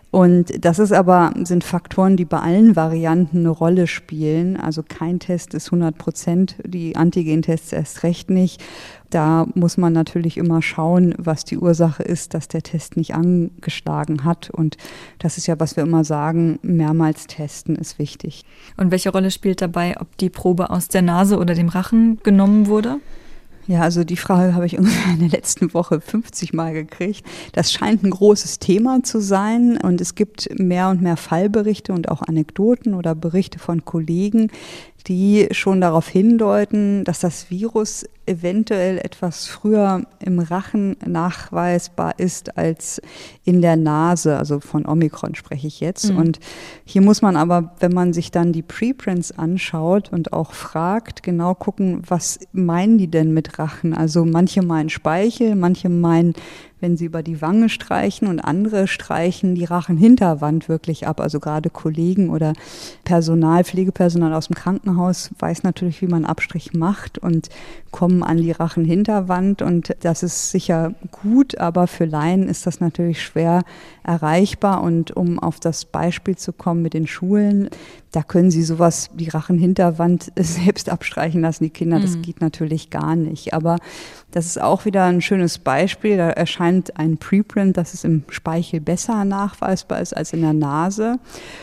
Speaker 3: Und das ist aber, sind Faktoren, die bei allen Varianten eine Rolle spielen. Also kein Test ist hundert Prozent, die Antigentests erst recht nicht. Da muss man natürlich immer schauen, was die Ursache ist, dass der Test nicht angeschlagen hat. Und das ist ja, was wir immer sagen, mehrmals testen ist wichtig.
Speaker 2: Und welche Rolle spielt dabei, ob die Probe aus der Nase oder dem Rachen genommen wurde?
Speaker 3: Ja, also die Frage habe ich ungefähr in der letzten Woche fünfzig Mal gekriegt. Das scheint ein großes Thema zu sein und es gibt mehr und mehr Fallberichte und auch Anekdoten oder Berichte von Kollegen, die schon darauf hindeuten, dass das Virus eventuell etwas früher im Rachen nachweisbar ist als in der Nase, also von Omikron spreche ich jetzt. Mhm. Und hier muss man aber, wenn man sich dann die Preprints anschaut und auch fragt, genau gucken, was meinen die denn mit Rachen? Also manche meinen Speichel, manche meinen, wenn sie über die Wange streichen und andere streichen die Rachenhinterwand wirklich ab. Also gerade Kollegen oder Personal, Pflegepersonal aus dem Krankenhaus weiß natürlich, wie man Abstrich macht und kommen an die Rachenhinterwand. Und das ist sicher gut, aber für Laien ist das natürlich schwer erreichbar. Und um auf das Beispiel zu kommen mit den Schulen, da können sie sowas, die Rachenhinterwand selbst abstreichen lassen, die Kinder. Das mhm. geht natürlich gar nicht. Aber das ist auch wieder ein schönes Beispiel. Da erscheint ein Preprint, dass es im Speichel besser nachweisbar ist als in der Nase.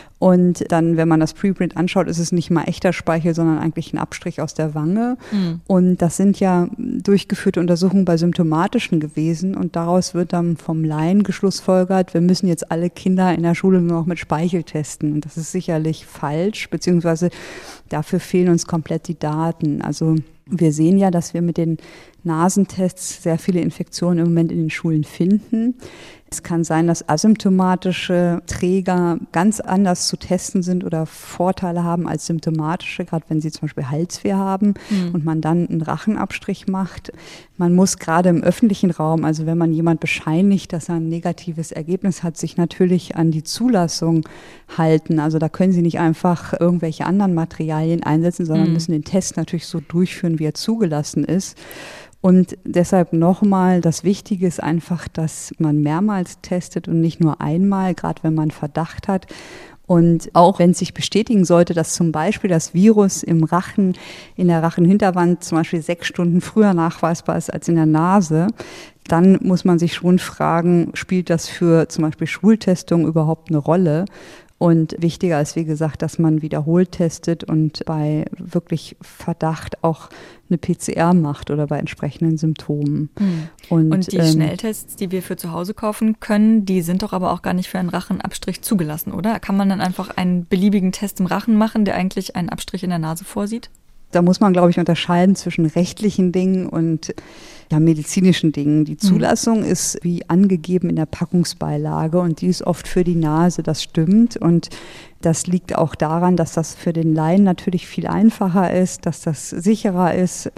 Speaker 3: Und dann, wenn man das Preprint anschaut, ist es nicht mal echter Speichel, sondern eigentlich ein Abstrich aus der Wange. Mhm. Und das sind ja durchgeführte Untersuchungen bei Symptomatischen gewesen. Und daraus wird dann vom Laien geschlussfolgert, wir müssen jetzt alle Kinder in der Schule nur noch mit Speichel testen. Und das ist sicherlich falsch, beziehungsweise dafür fehlen uns komplett die Daten. Also Wir sehen ja, dass wir mit den Nasentests sehr viele Infektionen im Moment in den Schulen finden. Es kann sein, dass asymptomatische Träger ganz anders zu testen sind oder Vorteile haben als symptomatische, gerade wenn sie zum Beispiel Halsweh haben mhm. und man dann einen Rachenabstrich macht. Man muss gerade im öffentlichen Raum, also wenn man jemand bescheinigt, dass er ein negatives Ergebnis hat, sich natürlich an die Zulassung halten. Also da können Sie nicht einfach irgendwelche anderen Materialien einsetzen, sondern mhm. müssen den Test natürlich so durchführen, wie er zugelassen ist. Und deshalb nochmal, das Wichtige ist einfach, dass man mehrmals testet und nicht nur einmal, gerade wenn man Verdacht hat. Und auch wenn es sich bestätigen sollte, dass zum Beispiel das Virus im Rachen, in der Rachenhinterwand zum Beispiel sechs Stunden früher nachweisbar ist als in der Nase, dann muss man sich schon fragen, spielt das für zum Beispiel Schultestung überhaupt eine Rolle? Und wichtiger ist, wie gesagt, dass man wiederholt testet und bei wirklich Verdacht auch eine P C R macht oder bei entsprechenden Symptomen.
Speaker 2: Mhm. Und, und die ähm, Schnelltests, die wir für zu Hause kaufen können, die sind doch aber auch gar nicht für einen Rachenabstrich zugelassen, oder? Kann man dann einfach einen beliebigen Test im Rachen machen, der eigentlich einen Abstrich in der Nase vorsieht?
Speaker 3: Da muss man, glaube ich, unterscheiden zwischen rechtlichen Dingen und ja, medizinischen Dingen. Die Zulassung mhm. ist wie angegeben in der Packungsbeilage und die ist oft für die Nase, das stimmt. Und das liegt auch daran, dass das für den Laien natürlich viel einfacher ist, dass das sicherer ist.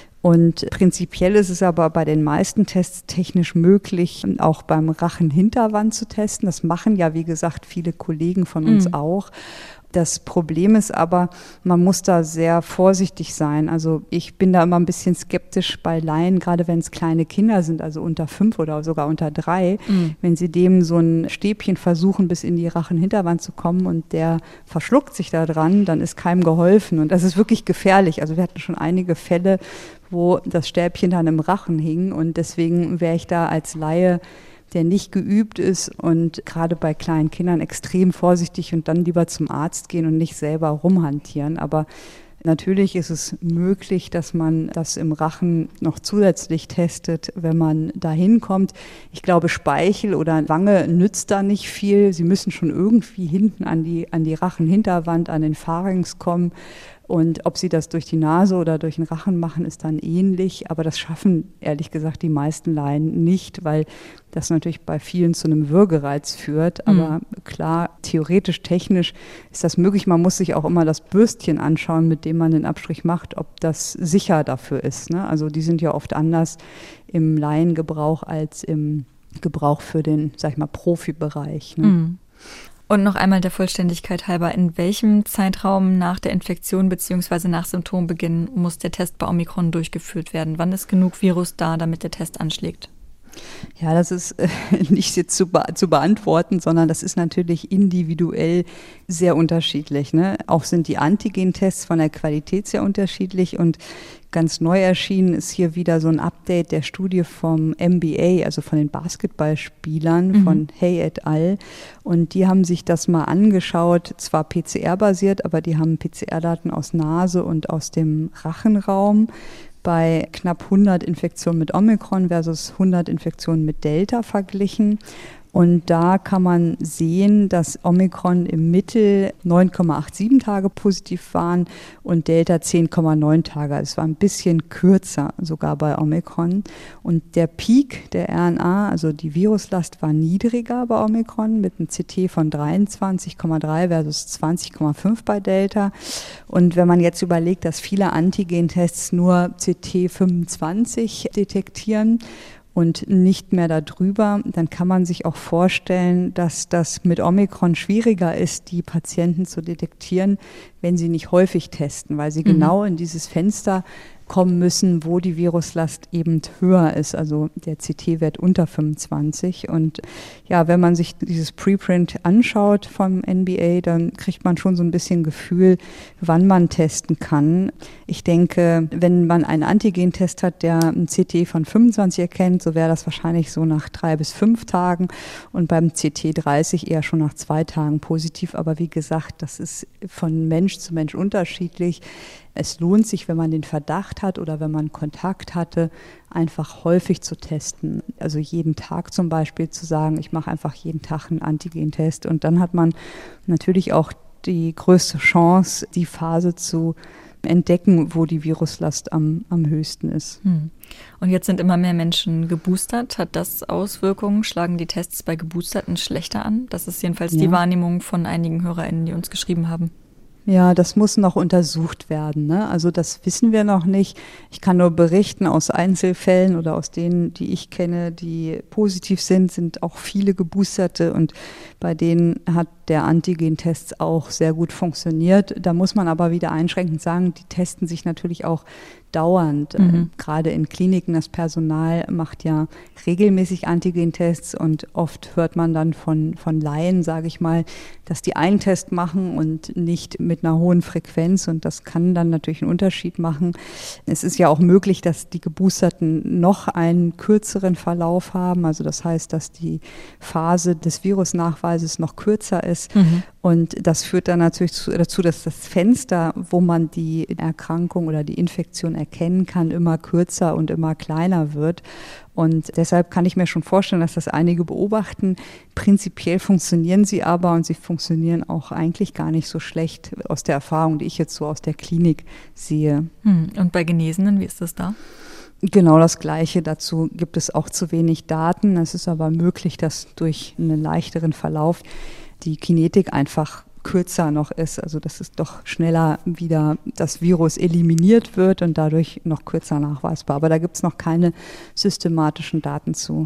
Speaker 3: Und prinzipiell ist es aber bei den meisten Tests technisch möglich, auch beim Rachenhinterwand zu testen. Das machen ja, wie gesagt, viele Kollegen von uns mhm. auch. Das Problem ist aber, man muss da sehr vorsichtig sein. Also ich bin da immer ein bisschen skeptisch bei Laien, gerade wenn es kleine Kinder sind, also unter fünf oder sogar unter drei. Mhm. Wenn sie dem so ein Stäbchen versuchen, bis in die Rachenhinterwand zu kommen und der verschluckt sich da dran, dann ist keinem geholfen. Und das ist wirklich gefährlich. Also wir hatten schon einige Fälle, wo das Stäbchen dann im Rachen hing. Und deswegen wäre ich da als Laie, der nicht geübt ist und gerade bei kleinen Kindern extrem vorsichtig und dann lieber zum Arzt gehen und nicht selber rumhantieren. Aber natürlich ist es möglich, dass man das im Rachen noch zusätzlich testet, wenn man da hinkommt. Ich glaube, Speichel oder Wange nützt da nicht viel. Sie müssen schon irgendwie hinten an die, an die Rachenhinterwand, an den Pharynx kommen. Und ob sie das durch die Nase oder durch den Rachen machen, ist dann ähnlich. Aber das schaffen, ehrlich gesagt, die meisten Laien nicht, weil das natürlich bei vielen zu einem Würgereiz führt. Aber mhm. klar, theoretisch, technisch ist das möglich. Man muss sich auch immer das Bürstchen anschauen, mit dem man den Abstrich macht, ob das sicher dafür ist, ne? Also die sind ja oft anders im Laiengebrauch als im Gebrauch für den, sag ich mal, Profibereich, ne?
Speaker 2: Mhm. Und noch einmal der Vollständigkeit halber, in welchem Zeitraum nach der Infektion bzw. nach Symptombeginn muss der Test bei Omikron durchgeführt werden? Wann ist genug Virus da, damit der Test anschlägt?
Speaker 3: Ja, das ist äh, nicht jetzt zu, be- zu beantworten, sondern das ist natürlich individuell sehr unterschiedlich, ne? Auch sind die Antigen-Tests von der Qualität sehr unterschiedlich und ganz neu erschienen ist hier wieder so ein Update der Studie vom N B A, also von den Basketballspielern, mhm. von Hay et al. Und die haben sich das mal angeschaut, zwar P C R-basiert, aber die haben P C R-Daten aus Nase und aus dem Rachenraum bei knapp hundert Infektionen mit Omikron versus hundert Infektionen mit Delta verglichen. Und da kann man sehen, dass Omikron im Mittel neun Komma siebenundachtzig Tage positiv waren und Delta zehn Komma neun Tage. Es war ein bisschen kürzer sogar bei Omikron. Und der Peak der R N A, also die Viruslast, war niedriger bei Omikron mit einem C T von dreiundzwanzig Komma drei versus zwanzig Komma fünf bei Delta. Und wenn man jetzt überlegt, dass viele Antigen-Tests nur C T fünfundzwanzig detektieren, und nicht mehr darüber, dann kann man sich auch vorstellen, dass das mit Omikron schwieriger ist, die Patienten zu detektieren, wenn sie nicht häufig testen, weil sie mhm. genau in dieses Fenster kommen müssen, wo die Viruslast eben höher ist, also der C T-Wert unter fünfundzwanzig. Und ja, wenn man sich dieses Preprint anschaut vom N B A, dann kriegt man schon so ein bisschen Gefühl, wann man testen kann. Ich denke, wenn man einen Antigen-Test hat, der einen C T von fünfundzwanzig erkennt, so wäre das wahrscheinlich so nach drei bis fünf Tagen und beim C T dreißig eher schon nach zwei Tagen positiv. Aber wie gesagt, das ist von Mensch zu Mensch unterschiedlich. Es lohnt sich, wenn man den Verdacht hat oder wenn man Kontakt hatte, einfach häufig zu testen. Also jeden Tag zum Beispiel zu sagen, ich mache einfach jeden Tag einen Antigen-Test. Und dann hat man natürlich auch die größte Chance, die Phase zu entdecken, wo die Viruslast am, am höchsten ist.
Speaker 2: Hm. Und jetzt sind immer mehr Menschen geboostert. Hat das Auswirkungen? Schlagen die Tests bei Geboosterten schlechter an? Das ist jedenfalls ja. die Wahrnehmung von einigen HörerInnen, die uns geschrieben haben.
Speaker 3: Ja, das muss noch untersucht werden, ne? Also das wissen wir noch nicht. Ich kann nur berichten aus Einzelfällen oder aus denen, die ich kenne, die positiv sind, sind auch viele Geboosterte und bei denen hat der Antigentest auch sehr gut funktioniert. Da muss man aber wieder einschränkend sagen, die testen sich natürlich auch dauernd. Mhm. Äh, gerade in Kliniken, das Personal macht ja regelmäßig Antigentests und oft hört man dann von, von Laien, sage ich mal, dass die einen Test machen und nicht mit einer hohen Frequenz und das kann dann natürlich einen Unterschied machen. Es ist ja auch möglich, dass die Geboosterten noch einen kürzeren Verlauf haben, also das heißt, dass die Phase des Virusnachweises noch kürzer ist. Mhm. Und das führt dann natürlich zu, dazu, dass das Fenster, wo man die Erkrankung oder die Infektion erkennen kann, immer kürzer und immer kleiner wird. Und deshalb kann ich mir schon vorstellen, dass das einige beobachten. Prinzipiell funktionieren sie aber und sie funktionieren auch eigentlich gar nicht so schlecht aus der Erfahrung, die ich jetzt so aus der Klinik sehe.
Speaker 2: Und bei Genesenen, wie ist das da?
Speaker 3: Genau das Gleiche. Dazu gibt es auch zu wenig Daten. Es ist aber möglich, dass durch einen leichteren Verlauf die Kinetik einfach kürzer noch ist, also dass es doch schneller wieder das Virus eliminiert wird und dadurch noch kürzer nachweisbar. Aber da gibt es noch keine systematischen Daten zu.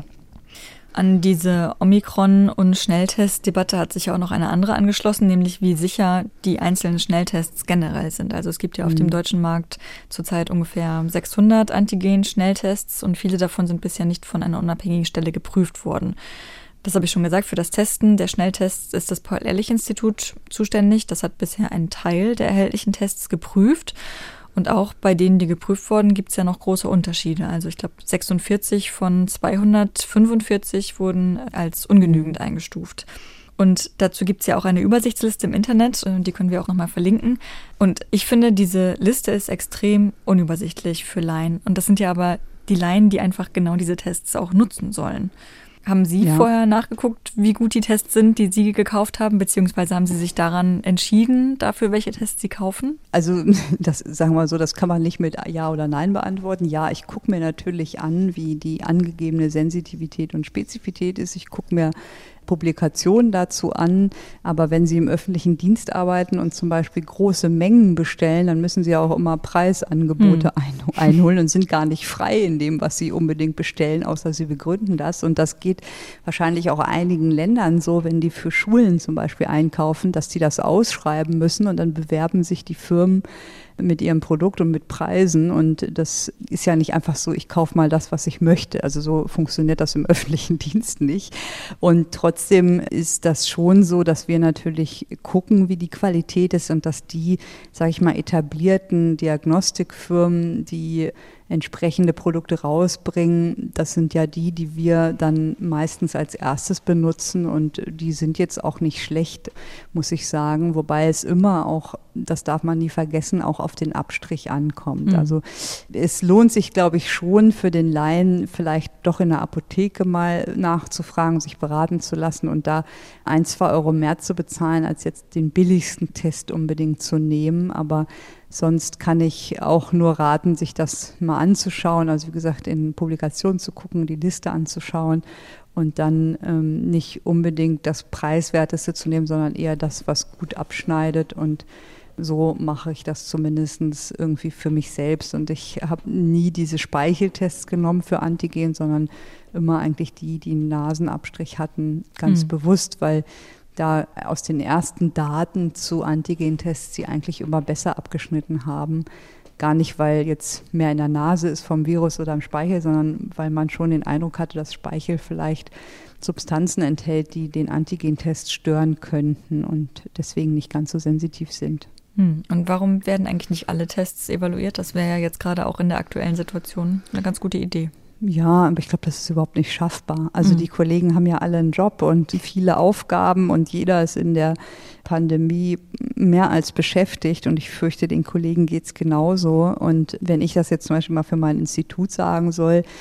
Speaker 2: An diese Omikron- und Schnelltest-Debatte hat sich ja auch noch eine andere angeschlossen, nämlich wie sicher die einzelnen Schnelltests generell sind. Also es gibt ja auf mhm. dem deutschen Markt zurzeit ungefähr sechshundert Antigen-Schnelltests und viele davon sind bisher nicht von einer unabhängigen Stelle geprüft worden. Das habe ich schon gesagt, für das Testen der Schnelltests ist das Paul-Ehrlich-Institut zuständig. Das hat bisher einen Teil der erhältlichen Tests geprüft. Und auch bei denen, die geprüft wurden, gibt es ja noch große Unterschiede. Also ich glaube, sechsundvierzig von zweihundertfünfundvierzig wurden als ungenügend eingestuft. Und dazu gibt es ja auch eine Übersichtsliste im Internet, die können wir auch nochmal verlinken. Und ich finde, diese Liste ist extrem unübersichtlich für Laien. Und das sind ja aber die Laien, die einfach genau diese Tests auch nutzen sollen. Haben Sie ja. vorher nachgeguckt, wie gut die Tests sind, die Sie gekauft haben, beziehungsweise haben Sie sich daran entschieden, dafür, welche Tests Sie kaufen?
Speaker 3: Also das, sagen wir mal so, das kann man nicht mit Ja oder Nein beantworten. Ja, ich gucke mir natürlich an, wie die angegebene Sensitivität und Spezifität ist. Ich gucke mir Publikationen dazu an, aber wenn Sie im öffentlichen Dienst arbeiten und zum Beispiel große Mengen bestellen, dann müssen Sie auch immer Preisangebote hm. ein, einholen und sind gar nicht frei in dem, was Sie unbedingt bestellen, außer Sie begründen das. Und das geht wahrscheinlich auch einigen Ländern so, wenn die für Schulen zum Beispiel einkaufen, dass die das ausschreiben müssen und dann bewerben sich die Firmen mit ihrem Produkt und mit Preisen und das ist ja nicht einfach so, ich kaufe mal das, was ich möchte. Also so funktioniert das im öffentlichen Dienst nicht. Und trotzdem ist das schon so, dass wir natürlich gucken, wie die Qualität ist und dass die, sage ich mal, etablierten Diagnostikfirmen, die entsprechende Produkte rausbringen, das sind ja die, die wir dann meistens als erstes benutzen und die sind jetzt auch nicht schlecht, muss ich sagen, wobei es immer auch, das darf man nie vergessen, auch auf den Abstrich ankommt. Mhm. Also es lohnt sich, glaube ich, schon für den Laien vielleicht doch in der Apotheke mal nachzufragen, sich beraten zu lassen und da ein, zwei Euro mehr zu bezahlen, als jetzt den billigsten Test unbedingt zu nehmen, aber sonst kann ich auch nur raten, sich das mal anzuschauen, also wie gesagt, in Publikationen zu gucken, die Liste anzuschauen und dann ähm, nicht unbedingt das Preiswerteste zu nehmen, sondern eher das, was gut abschneidet und so mache ich das zumindest irgendwie für mich selbst und ich habe nie diese Speicheltests genommen für Antigen, sondern immer eigentlich die, die einen Nasenabstrich hatten, ganz mhm. bewusst, weil da aus den ersten Daten zu Antigentests sie eigentlich immer besser abgeschnitten haben. Gar nicht, weil jetzt mehr in der Nase ist vom Virus oder im Speichel, sondern weil man schon den Eindruck hatte, dass Speichel vielleicht Substanzen enthält, die den Antigentest stören könnten und deswegen nicht ganz so sensitiv sind.
Speaker 2: Hm. Und warum werden eigentlich nicht alle Tests evaluiert? Das wäre ja jetzt gerade auch in der aktuellen Situation eine ganz gute Idee.
Speaker 3: Ja, aber ich glaube, das ist überhaupt nicht schaffbar. Also mhm. die Kollegen haben ja alle einen Job und viele Aufgaben und jeder ist in der Pandemie mehr als beschäftigt und ich fürchte, den Kollegen geht's genauso. Und wenn ich das jetzt zum Beispiel mal für mein Institut sagen soll,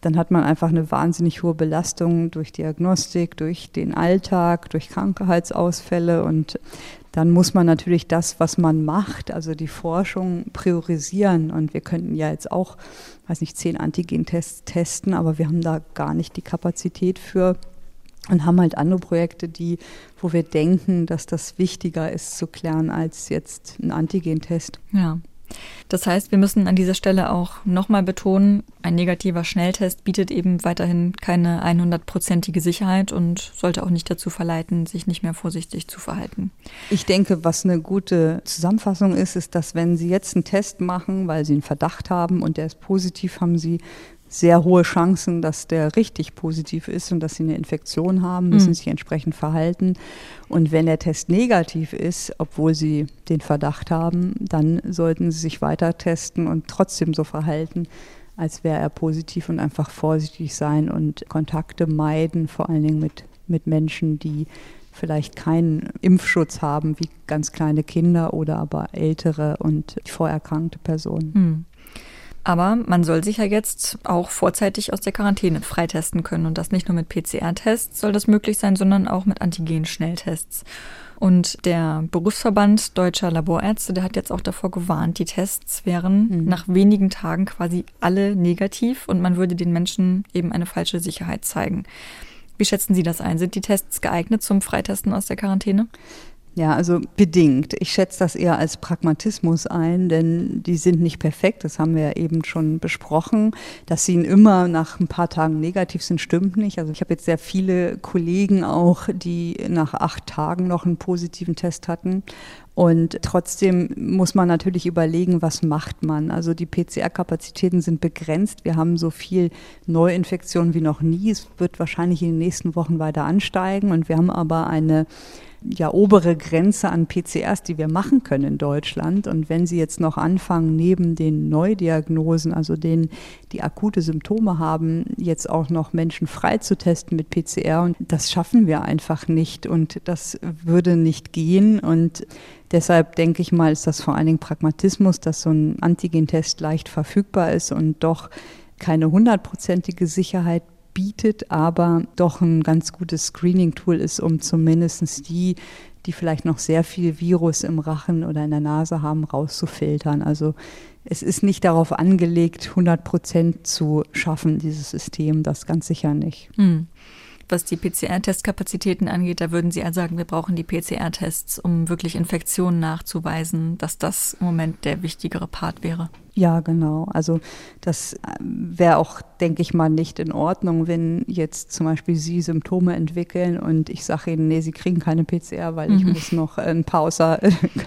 Speaker 3: dann hat man einfach eine wahnsinnig hohe Belastung durch Diagnostik, durch den Alltag, durch Krankheitsausfälle und dann muss man natürlich das, was man macht, also die Forschung priorisieren und wir könnten ja jetzt auch, weiß nicht, zehn Antigen-Tests testen, aber wir haben da gar nicht die Kapazität für und haben halt andere Projekte, die, wo wir denken, dass das wichtiger ist zu klären als jetzt ein Antigen-Test.
Speaker 2: Ja. Das heißt, wir müssen an dieser Stelle auch nochmal betonen, ein negativer Schnelltest bietet eben weiterhin keine hundertprozentige Sicherheit und sollte auch nicht dazu verleiten, sich nicht mehr vorsichtig zu verhalten.
Speaker 3: Ich denke, was eine gute Zusammenfassung ist, ist, dass wenn Sie jetzt einen Test machen, weil Sie einen Verdacht haben und der ist positiv, haben Sie sehr hohe Chancen, dass der richtig positiv ist und dass sie eine Infektion haben, müssen mhm. sich entsprechend verhalten. Und wenn der Test negativ ist, obwohl sie den Verdacht haben, dann sollten sie sich weiter testen und trotzdem so verhalten, als wäre er positiv und einfach vorsichtig sein und Kontakte meiden, vor allen Dingen mit, mit Menschen, die vielleicht keinen Impfschutz haben, wie ganz kleine Kinder oder aber ältere und vorerkrankte Personen.
Speaker 2: Mhm. Aber man soll sich ja jetzt auch vorzeitig aus der Quarantäne freitesten können. Und das nicht nur mit P C R-Tests soll das möglich sein, sondern auch mit Antigen-Schnelltests. Und der Berufsverband Deutscher Laborärzte, der hat jetzt auch davor gewarnt, die Tests wären mhm. nach wenigen Tagen quasi alle negativ und man würde den Menschen eben eine falsche Sicherheit zeigen. Wie schätzen Sie das ein? Sind die Tests geeignet zum Freitesten aus der Quarantäne?
Speaker 3: Ja, also bedingt. Ich schätze das eher als Pragmatismus ein, denn die sind nicht perfekt. Das haben wir ja eben schon besprochen. Dass sie immer nach ein paar Tagen negativ sind, stimmt nicht. Also ich habe jetzt sehr viele Kollegen auch, die nach acht Tagen noch einen positiven Test hatten. Und trotzdem muss man natürlich überlegen, was macht man. Also die P C R-Kapazitäten sind begrenzt. Wir haben so viel Neuinfektionen wie noch nie. Es wird wahrscheinlich in den nächsten Wochen weiter ansteigen. Und wir haben aber eine ja, obere Grenze an P C Rs, die wir machen können in Deutschland. Und wenn Sie jetzt noch anfangen, neben den Neudiagnosen, also denen, die akute Symptome haben, jetzt auch noch Menschen frei zu testen mit P C R, und das schaffen wir einfach nicht und das würde nicht gehen. Und deshalb denke ich mal, ist das vor allen Dingen Pragmatismus, dass so ein Antigentest leicht verfügbar ist und doch keine hundertprozentige Sicherheit bietet, aber doch ein ganz gutes Screening-Tool ist, um zumindest die, die vielleicht noch sehr viel Virus im Rachen oder in der Nase haben, rauszufiltern. Also es ist nicht darauf angelegt, hundert Prozent zu schaffen, dieses System, das ganz sicher nicht.
Speaker 2: Hm. Was die P C R-Testkapazitäten angeht, da würden Sie ja sagen, wir brauchen die P C R-Tests, um wirklich Infektionen nachzuweisen, dass das im Moment der wichtigere Part wäre.
Speaker 3: Ja, genau. Also das wäre auch, denke ich mal, nicht in Ordnung, wenn jetzt zum Beispiel Sie Symptome entwickeln und ich sage Ihnen, nee, Sie kriegen keine P C R, weil mhm. ich muss noch ein paar außer,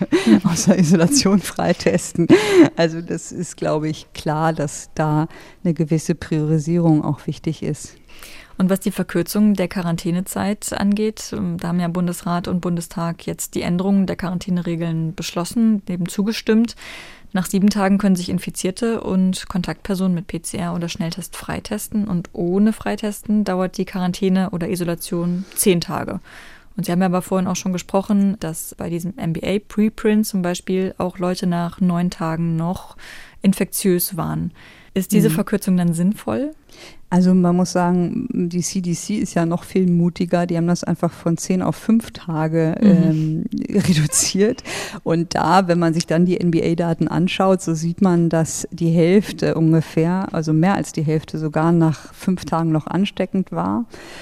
Speaker 3: außer Isolation freitesten. Also das ist, glaube ich, klar, dass da eine gewisse Priorisierung auch wichtig ist.
Speaker 2: Und was die Verkürzung der Quarantänezeit angeht, da haben ja Bundesrat und Bundestag jetzt die Änderungen der Quarantäneregeln beschlossen, eben zugestimmt. Nach sieben Tagen können sich Infizierte und Kontaktpersonen mit P C R oder Schnelltest freitesten und ohne Freitesten dauert die Quarantäne oder Isolation zehn Tage. Und Sie haben ja aber vorhin auch schon gesprochen, dass bei diesem M B A-Preprint zum Beispiel auch Leute nach neun Tagen noch infektiös waren. Ist diese mhm. Verkürzung dann sinnvoll?
Speaker 3: Also man muss sagen, die C D C ist ja noch viel mutiger. Die haben das einfach von zehn auf fünf Tage ähm, mhm. reduziert. Und da, wenn man sich dann die N B A-Daten anschaut, so sieht man, dass die Hälfte ungefähr, also mehr als die Hälfte sogar nach fünf Tagen noch ansteckend war.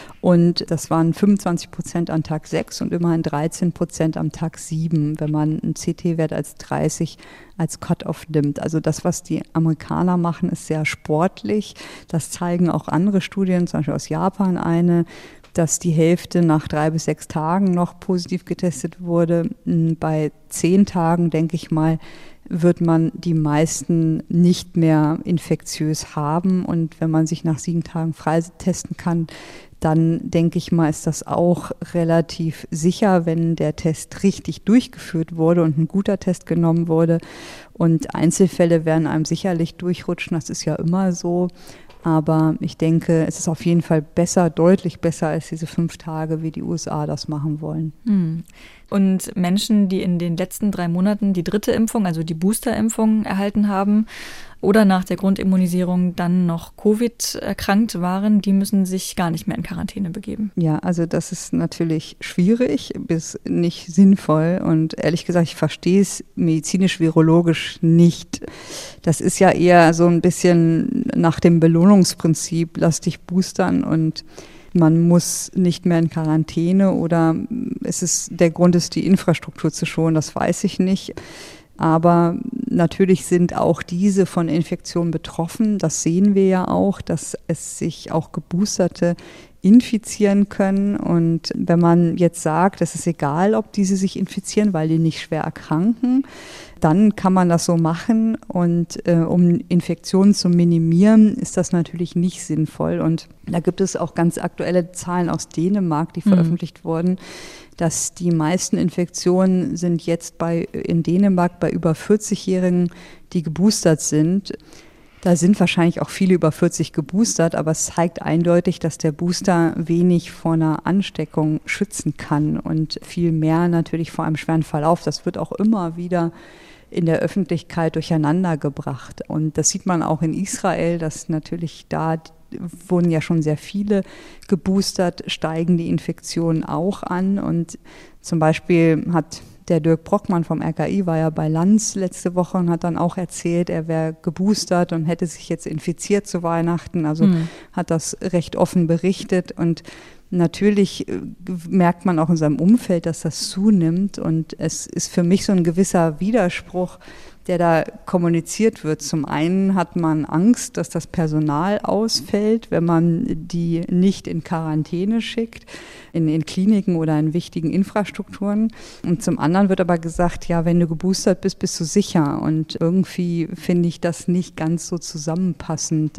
Speaker 3: Und das waren fünfundzwanzig Prozent an Tag sechs und immerhin dreizehn Prozent am Tag sieben, wenn man einen C T-Wert als dreißig als Cut-off nimmt. Also das, was die Amerikaner machen, ist sehr sportlich. Das zeigen auch andere Studien, zum Beispiel aus Japan eine, dass die Hälfte nach drei bis sechs Tagen noch positiv getestet wurde. Bei zehn Tagen, denke ich mal, wird man die meisten nicht mehr infektiös haben. Und wenn man sich nach sieben Tagen freitesten kann, dann denke ich mal, ist das auch relativ sicher, wenn der Test richtig durchgeführt wurde und ein guter Test genommen wurde. Und Einzelfälle werden einem sicherlich durchrutschen, das ist ja immer so. Aber ich denke, es ist auf jeden Fall besser, deutlich besser als diese fünf Tage, wie die U S A das machen wollen.
Speaker 2: Hm. Und Menschen, die in den letzten drei Monaten die dritte Impfung, also die Boosterimpfung erhalten haben oder nach der Grundimmunisierung dann noch Covid erkrankt waren, die müssen sich gar nicht mehr in Quarantäne begeben.
Speaker 3: Ja, also das ist natürlich schwierig bis nicht sinnvoll und ehrlich gesagt, ich verstehe es medizinisch-virologisch nicht. Das ist ja eher so ein bisschen nach dem Belohnungsprinzip, lass dich boostern und man muss nicht mehr in Quarantäne oder ist es der Grund ist, die Infrastruktur zu schonen, das weiß ich nicht. Aber natürlich sind auch diese von Infektionen betroffen. Das sehen wir ja auch, dass es sich auch Geboosterte infizieren können. Und wenn man jetzt sagt, es ist egal, ob diese sich infizieren, weil die nicht schwer erkranken, dann kann man das so machen. Und äh, um Infektionen zu minimieren, ist das natürlich nicht sinnvoll. Und da gibt es auch ganz aktuelle Zahlen aus Dänemark, die mhm. veröffentlicht wurden, dass die meisten Infektionen sind jetzt bei, in Dänemark bei über vierzig-Jährigen, die geboostert sind. Da sind wahrscheinlich auch viele über vierzig geboostert, aber es zeigt eindeutig, dass der Booster wenig vor einer Ansteckung schützen kann und viel mehr natürlich vor einem schweren Verlauf. Das wird auch immer wieder in der Öffentlichkeit durcheinander gebracht. Und das sieht man auch in Israel, dass natürlich da wurden ja schon sehr viele geboostert, steigen die Infektionen auch an. Und zum Beispiel hat der Dirk Brockmann vom R K I, war ja bei Lanz letzte Woche und hat dann auch erzählt, er wäre geboostert und hätte sich jetzt infiziert zu Weihnachten. Also mhm. hat das recht offen berichtet. Und natürlich merkt man auch in seinem Umfeld, dass das zunimmt. Und es ist für mich so ein gewisser Widerspruch, der da kommuniziert wird. Zum einen hat man Angst, dass das Personal ausfällt, wenn man die nicht in Quarantäne schickt, in, in Kliniken oder in wichtigen Infrastrukturen. Und zum anderen wird aber gesagt, ja, wenn du geboostert bist, bist du sicher. Und irgendwie finde ich das nicht ganz so zusammenpassend,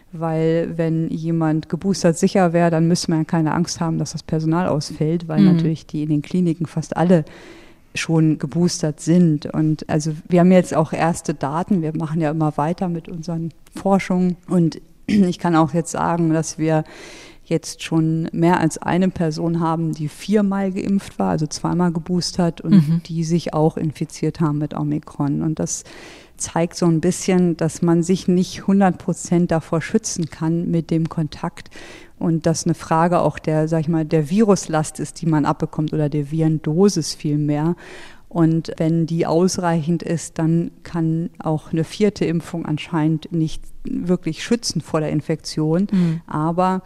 Speaker 3: weil wenn jemand geboostert sicher wäre, dann müsste man ja keine Angst haben, dass das Personal ausfällt, weil mhm. natürlich die in den Kliniken fast alle schon geboostert sind. Und also wir haben jetzt auch erste Daten, wir machen ja immer weiter mit unseren Forschungen und ich kann auch jetzt sagen, dass wir jetzt schon mehr als eine Person haben, die viermal geimpft war, also zweimal geboostert und mhm. die sich auch infiziert haben mit Omikron. Und das zeigt so ein bisschen, dass man sich nicht hundert Prozent davor schützen kann mit dem Kontakt und dass eine Frage auch der, sag ich mal, der Viruslast ist, die man abbekommt oder der Virendosis vielmehr. Und wenn die ausreichend ist, dann kann auch eine vierte Impfung anscheinend nicht wirklich schützen vor der Infektion. Mhm. Aber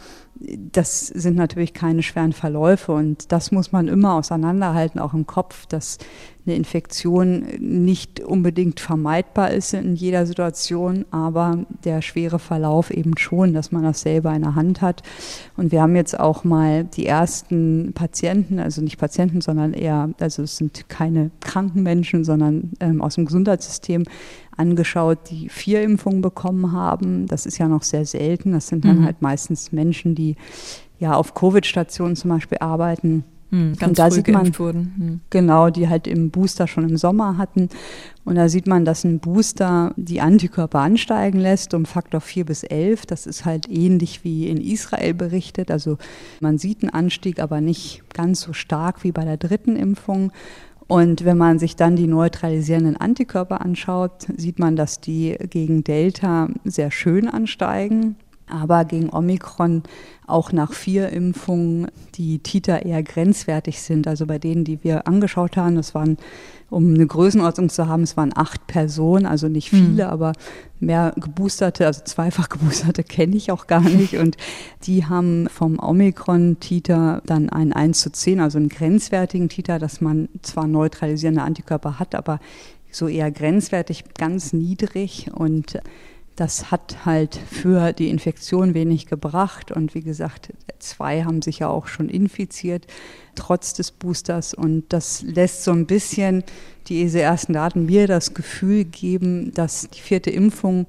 Speaker 3: das sind natürlich keine schweren Verläufe und das muss man immer auseinanderhalten, auch im Kopf, dass eine Infektion nicht unbedingt vermeidbar ist in jeder Situation, aber der schwere Verlauf eben schon, dass man das selber in der Hand hat. Und wir haben jetzt auch mal die ersten Patienten, also nicht Patienten, sondern eher, also es sind keine kranken Menschen, sondern ähm, aus dem Gesundheitssystem angeschaut, die vier Impfungen bekommen haben. Das ist ja noch sehr selten. Das sind dann mhm. halt meistens Menschen, die ja auf Covid-Stationen zum Beispiel arbeiten.
Speaker 2: Mhm, ganz
Speaker 3: und da
Speaker 2: früh
Speaker 3: sieht man,
Speaker 2: geimpft wurden. Mhm.
Speaker 3: Genau, die halt im Booster schon im Sommer hatten. Und da sieht man, dass ein Booster die Antikörper ansteigen lässt um Faktor vier bis elf. Das ist halt ähnlich wie in Israel berichtet. Also man sieht einen Anstieg, aber nicht ganz so stark wie bei der dritten Impfung. Und wenn man sich dann die neutralisierenden Antikörper anschaut, sieht man, dass die gegen Delta sehr schön ansteigen, aber gegen Omikron auch nach vier Impfungen die Titer eher grenzwertig sind. Also bei denen, die wir angeschaut haben, das waren, um eine Größenordnung zu haben, es waren acht Personen, also nicht viele, mhm. aber mehr geboosterte, also zweifach geboosterte kenne ich auch gar nicht. Und die haben vom Omikron-Titer dann einen eins zu zehn, also einen grenzwertigen Titer, dass man zwar neutralisierende Antikörper hat, aber so eher grenzwertig, ganz niedrig. Und das hat halt für die Infektion wenig gebracht. Und wie gesagt, zwei haben sich ja auch schon infiziert, trotz des Boosters. Und das lässt so ein bisschen diese ersten Daten mir das Gefühl geben, dass die vierte Impfung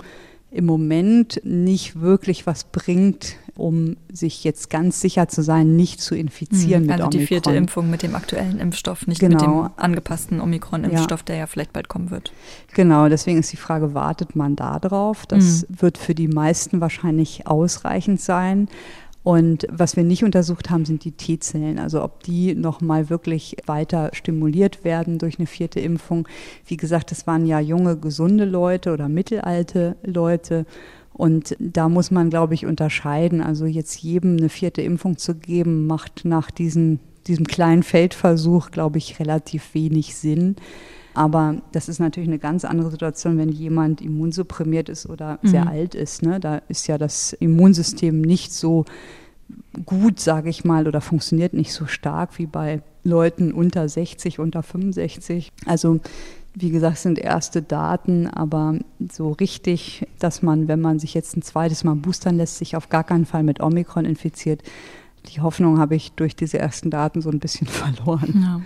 Speaker 3: im Moment nicht wirklich was bringt, um sich jetzt ganz sicher zu sein, nicht zu infizieren
Speaker 2: mhm,
Speaker 3: mit
Speaker 2: also
Speaker 3: Omikron.
Speaker 2: Also die vierte Impfung mit dem aktuellen Impfstoff, nicht
Speaker 3: genau.
Speaker 2: mit dem angepassten Omikron-Impfstoff, ja. der ja vielleicht bald kommen wird.
Speaker 3: Genau, deswegen ist die Frage, wartet man da drauf? Das mhm. wird für die meisten wahrscheinlich ausreichend sein. Und was wir nicht untersucht haben, sind die T-Zellen, also ob die nochmal wirklich weiter stimuliert werden durch eine vierte Impfung. Wie gesagt, das waren ja junge, gesunde Leute oder mittelalte Leute. Und da muss man, glaube ich, unterscheiden. Also jetzt jedem eine vierte Impfung zu geben, macht nach diesen, diesem kleinen Feldversuch, glaube ich, relativ wenig Sinn. Aber das ist natürlich eine ganz andere Situation, wenn jemand immunsupprimiert ist oder mhm. sehr alt ist. Ne? Da ist ja das Immunsystem nicht so gut, sage ich mal, oder funktioniert nicht so stark wie bei Leuten unter sechzig, unter fünfundsechzig. Also wie gesagt, sind erste Daten, aber so richtig, dass man, wenn man sich jetzt ein zweites Mal boostern lässt, sich auf gar keinen Fall mit Omikron infiziert. Die Hoffnung habe ich durch diese ersten Daten so ein bisschen verloren.
Speaker 2: Ja.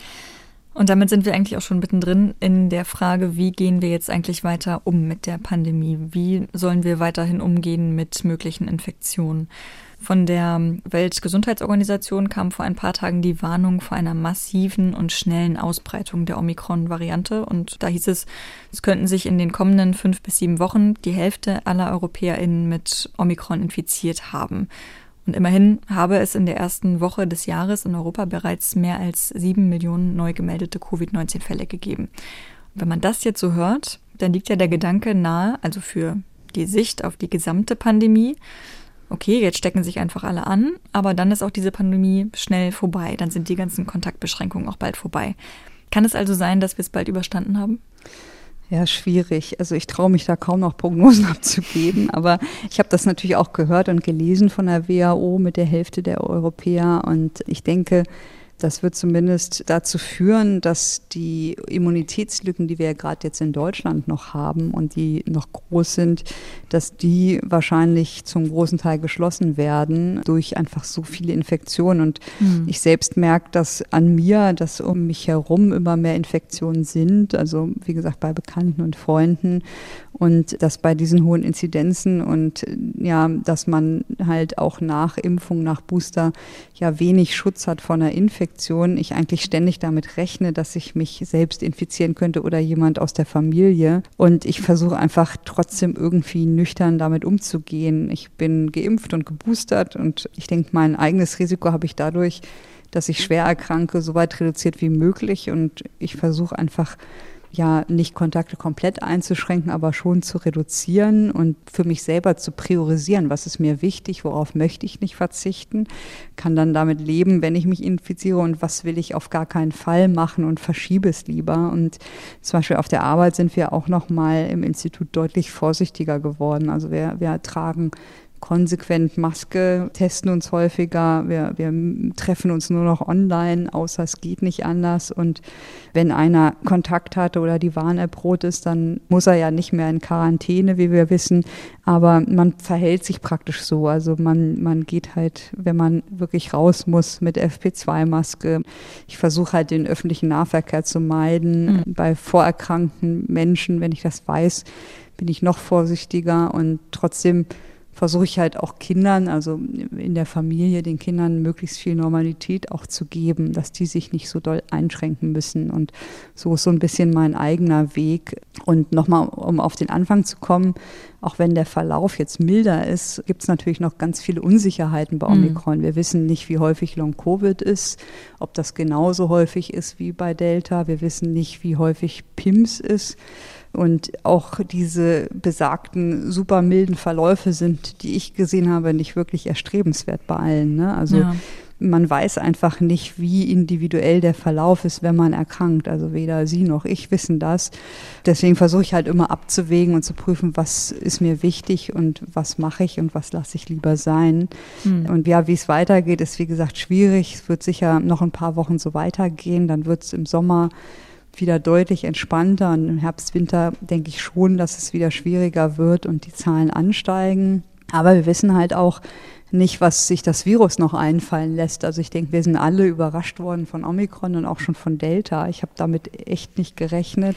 Speaker 2: Und damit sind wir eigentlich auch schon mittendrin in der Frage, wie gehen wir jetzt eigentlich weiter um mit der Pandemie? Wie sollen wir weiterhin umgehen mit möglichen Infektionen? Von der Weltgesundheitsorganisation kam vor ein paar Tagen die Warnung vor einer massiven und schnellen Ausbreitung der Omikron-Variante. Und da hieß es, es könnten sich in den kommenden fünf bis sieben Wochen die Hälfte aller EuropäerInnen mit Omikron infiziert haben. Und immerhin habe es in der ersten Woche des Jahres in Europa bereits mehr als sieben Millionen neu gemeldete Covid neunzehn Fälle gegeben. Und wenn man das jetzt so hört, dann liegt ja der Gedanke nahe, also für die Sicht auf die gesamte Pandemie, okay, jetzt stecken sich einfach alle an, aber dann ist auch diese Pandemie schnell vorbei. Dann sind die ganzen Kontaktbeschränkungen auch bald vorbei. Kann es also sein, dass wir es bald überstanden haben?
Speaker 3: Ja, schwierig. Also ich traue mich da kaum noch Prognosen abzugeben, aber ich habe das natürlich auch gehört und gelesen von der W H O mit der Hälfte der Europäer und ich denke, das wird zumindest dazu führen, dass die Immunitätslücken, die wir ja gerade jetzt in Deutschland noch haben und die noch groß sind, dass die wahrscheinlich zum großen Teil geschlossen werden durch einfach so viele Infektionen. Und mhm. ich selbst merke das an mir, dass um mich herum immer mehr Infektionen sind, also wie gesagt bei Bekannten und Freunden. Und dass bei diesen hohen Inzidenzen und ja, dass man halt auch nach Impfung, nach Booster ja wenig Schutz hat vor einer Infektion, ich eigentlich ständig damit rechne, dass ich mich selbst infizieren könnte oder jemand aus der Familie. Und ich versuche einfach trotzdem irgendwie nüchtern damit umzugehen. Ich bin geimpft und geboostert und ich denke, mein eigenes Risiko habe ich dadurch, dass ich schwer erkranke, so weit reduziert wie möglich. Und ich versuche einfach, ja, nicht Kontakte komplett einzuschränken, aber schon zu reduzieren und für mich selber zu priorisieren, was ist mir wichtig, worauf möchte ich nicht verzichten, kann dann damit leben, wenn ich mich infiziere und was will ich auf gar keinen Fall machen und verschiebe es lieber. Und zum Beispiel auf der Arbeit sind wir auch noch mal im Institut deutlich vorsichtiger geworden. Also wir, wir tragen konsequent Maske, testen uns häufiger, wir, wir treffen uns nur noch online, außer es geht nicht anders. Und wenn einer Kontakt hatte oder die Warn-App rot ist, dann muss er ja nicht mehr in Quarantäne, wie wir wissen. Aber man verhält sich praktisch so. Also man, man geht halt, wenn man wirklich raus muss, mit F P zwei Maske. Ich versuche halt den öffentlichen Nahverkehr zu meiden. Mhm. Bei vorerkrankten Menschen, wenn ich das weiß, bin ich noch vorsichtiger und trotzdem versuche ich halt auch Kindern, also in der Familie, den Kindern möglichst viel Normalität auch zu geben, dass die sich nicht so doll einschränken müssen. Und so ist so ein bisschen mein eigener Weg. Und nochmal, um auf den Anfang zu kommen, auch wenn der Verlauf jetzt milder ist, gibt es natürlich noch ganz viele Unsicherheiten bei Omikron. Mhm. Wir wissen nicht, wie häufig Long-Covid ist, ob das genauso häufig ist wie bei Delta. Wir wissen nicht, wie häufig P I M S ist. Und auch diese besagten super milden Verläufe sind, die ich gesehen habe, nicht wirklich erstrebenswert bei allen. Ne? Also ja. Man weiß einfach nicht, wie individuell der Verlauf ist, wenn man erkrankt. Also weder Sie noch ich wissen das. Deswegen versuche ich halt immer abzuwägen und zu prüfen, was ist mir wichtig und was mache ich und was lasse ich lieber sein. Mhm. Und ja, wie es weitergeht, ist wie gesagt schwierig. Es wird sicher noch ein paar Wochen so weitergehen. Dann wird es im Sommer wieder deutlich entspannter und im Herbst, Winter denke ich schon, dass es wieder schwieriger wird und die Zahlen ansteigen. Aber wir wissen halt auch nicht, was sich das Virus noch einfallen lässt. Also ich denke, wir sind alle überrascht worden von Omikron und auch schon von Delta. Ich habe damit echt nicht gerechnet.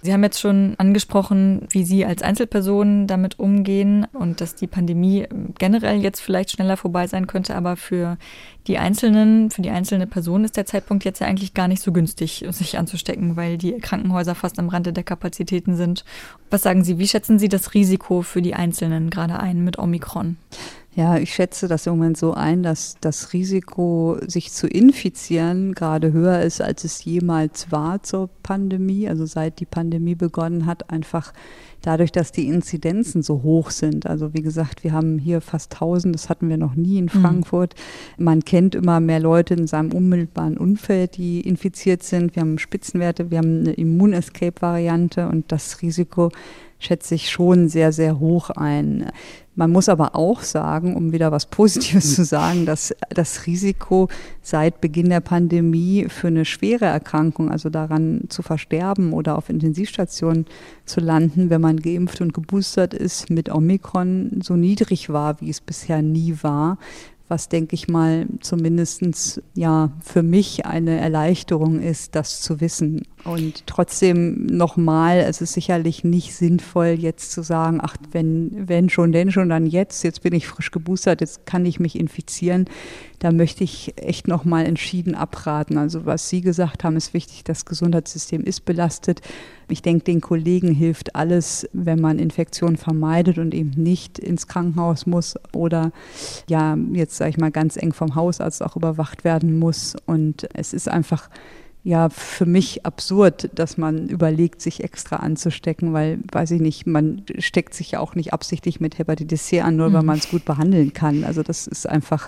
Speaker 2: Sie haben jetzt schon angesprochen, wie Sie als Einzelperson damit umgehen und dass die Pandemie generell jetzt vielleicht schneller vorbei sein könnte, aber für die Einzelnen, für die einzelne Person ist der Zeitpunkt jetzt ja eigentlich gar nicht so günstig, sich anzustecken, weil die Krankenhäuser fast am Rande der Kapazitäten sind. Was sagen Sie, wie schätzen Sie das Risiko für die Einzelnen gerade ein mit Omikron?
Speaker 3: Ja, ich schätze das im Moment so ein, dass das Risiko, sich zu infizieren, gerade höher ist, als es jemals war zur Pandemie. Also seit die Pandemie begonnen hat, einfach dadurch, dass die Inzidenzen so hoch sind. Also wie gesagt, wir haben hier fast tausend, das hatten wir noch nie in Frankfurt. Mhm. Man kennt immer mehr Leute in seinem unmittelbaren Umfeld, die infiziert sind. Wir haben Spitzenwerte, wir haben eine Immun-Escape-Variante und das Risiko schätze ich schon sehr, sehr hoch ein. Man muss aber auch sagen, um wieder was Positives zu sagen, dass das Risiko seit Beginn der Pandemie für eine schwere Erkrankung, also daran zu versterben oder auf Intensivstationen zu landen, wenn man geimpft und geboostert ist, mit Omikron so niedrig war, wie es bisher nie war. Was, denke ich mal, zumindest ja für mich eine Erleichterung ist, das zu wissen. Und trotzdem nochmal, es ist sicherlich nicht sinnvoll, jetzt zu sagen, ach, wenn, wenn schon, denn schon, dann jetzt, jetzt bin ich frisch geboostert, jetzt kann ich mich infizieren. Da möchte ich echt nochmal entschieden abraten. Also was Sie gesagt haben, ist wichtig, das Gesundheitssystem ist belastet. Ich denke, den Kollegen hilft alles, wenn man Infektionen vermeidet und eben nicht ins Krankenhaus muss oder ja, jetzt sage ich mal, ganz eng vom Hausarzt auch überwacht werden muss. Und es ist einfach ja für mich absurd, dass man überlegt, sich extra anzustecken, weil, weiß ich nicht, man steckt sich ja auch nicht absichtlich mit Hepatitis C an, nur mhm. weil man es gut behandeln kann. Also das ist einfach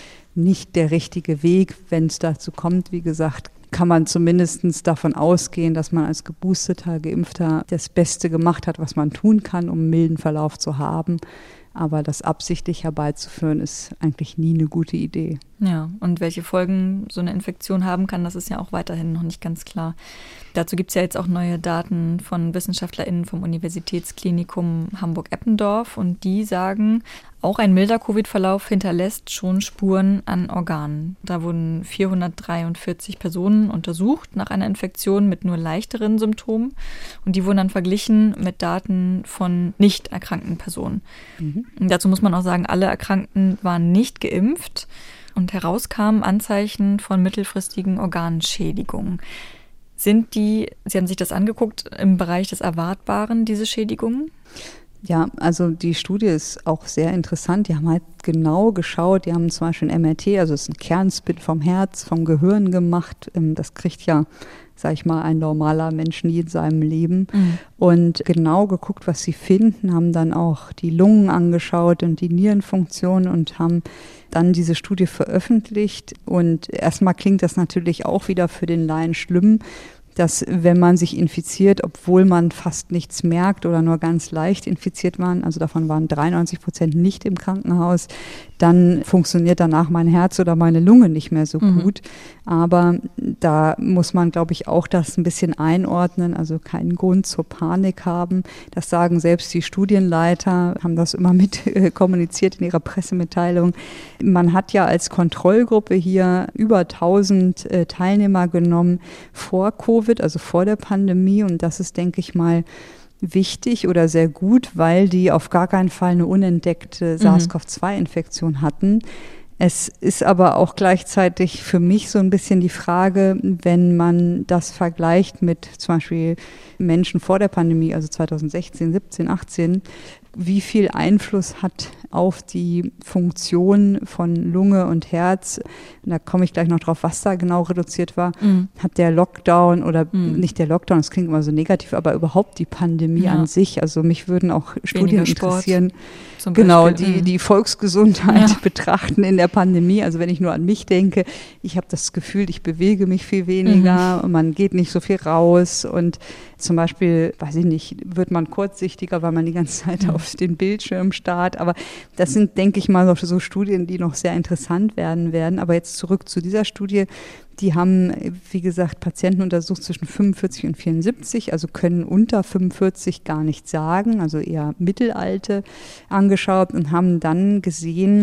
Speaker 3: nicht der richtige Weg. Wenn es dazu kommt, wie gesagt, kann man zumindest davon ausgehen, dass man als geboosteter, geimpfter das Beste gemacht hat, was man tun kann, um einen milden Verlauf zu haben. Aber das absichtlich herbeizuführen, ist eigentlich nie eine gute Idee.
Speaker 2: Ja, und welche Folgen so eine Infektion haben kann, das ist ja auch weiterhin noch nicht ganz klar. Dazu gibt es ja jetzt auch neue Daten von WissenschaftlerInnen vom Universitätsklinikum Hamburg-Eppendorf und die sagen, auch ein milder Covid-Verlauf hinterlässt schon Spuren an Organen. Da wurden vierhundertdreiundvierzig Personen untersucht nach einer Infektion mit nur leichteren Symptomen und die wurden dann verglichen mit Daten von nicht erkrankten Personen. Mhm. Dazu muss man auch sagen, alle Erkrankten waren nicht geimpft und herauskamen Anzeichen von mittelfristigen Organschädigungen. Sind die, Sie haben sich das angeguckt, im Bereich des Erwartbaren, diese Schädigungen?
Speaker 3: Ja, also die Studie ist auch sehr interessant. Die haben halt genau geschaut, die haben zum Beispiel ein M R T, also es ist ein Kernspin vom Herz, vom Gehirn gemacht. Das kriegt ja, sag ich mal, ein normaler Mensch nie in seinem Leben. Mhm. Und genau geguckt, was sie finden, haben dann auch die Lungen angeschaut und die Nierenfunktion und haben dann diese Studie veröffentlicht. Und erstmal klingt das natürlich auch wieder für den Laien schlimm, dass wenn man sich infiziert, obwohl man fast nichts merkt oder nur ganz leicht infiziert waren, also davon waren dreiundneunzig Prozent nicht im Krankenhaus, dann funktioniert danach mein Herz oder meine Lunge nicht mehr so mhm. gut. Aber da muss man, glaube ich, auch das ein bisschen einordnen, also keinen Grund zur Panik haben. Das sagen selbst die Studienleiter, haben das immer mit äh, kommuniziert in ihrer Pressemitteilung. Man hat ja als Kontrollgruppe hier über tausend äh, Teilnehmer genommen vor Covid, also vor der Pandemie. Und das ist, denke ich mal, wichtig oder sehr gut, weil die auf gar keinen Fall eine unentdeckte SARS-C o V zwei Infektion hatten. Es ist aber auch gleichzeitig für mich so ein bisschen die Frage, wenn man das vergleicht mit zum Beispiel Menschen vor der Pandemie, also zweitausendsechzehn, siebzehn, achtzehn, wie viel Einfluss hat auf die Funktion von Lunge und Herz, und da komme ich gleich noch drauf, was da genau reduziert war, mhm. hat der Lockdown oder mhm. nicht der Lockdown, das klingt immer so negativ, aber überhaupt die Pandemie ja. an sich, also mich würden auch Weniger Studien interessieren, genau, die, die Volksgesundheit ja. betrachten in der Pandemie, also wenn ich nur an mich denke, ich habe das Gefühl, ich bewege mich viel weniger, mhm. man geht nicht so viel raus und zum Beispiel, weiß ich nicht, wird man kurzsichtiger, weil man die ganze Zeit mhm. auf den Bildschirm starrt. Aber das sind, denke ich mal, so Studien, die noch sehr interessant werden werden. Aber jetzt zurück zu dieser Studie. Die haben, wie gesagt, Patienten untersucht zwischen fünfundvierzig und vierundsiebzig, also können unter fünfundvierzig gar nichts sagen, also eher Mittelalte angeschaut und haben dann gesehen,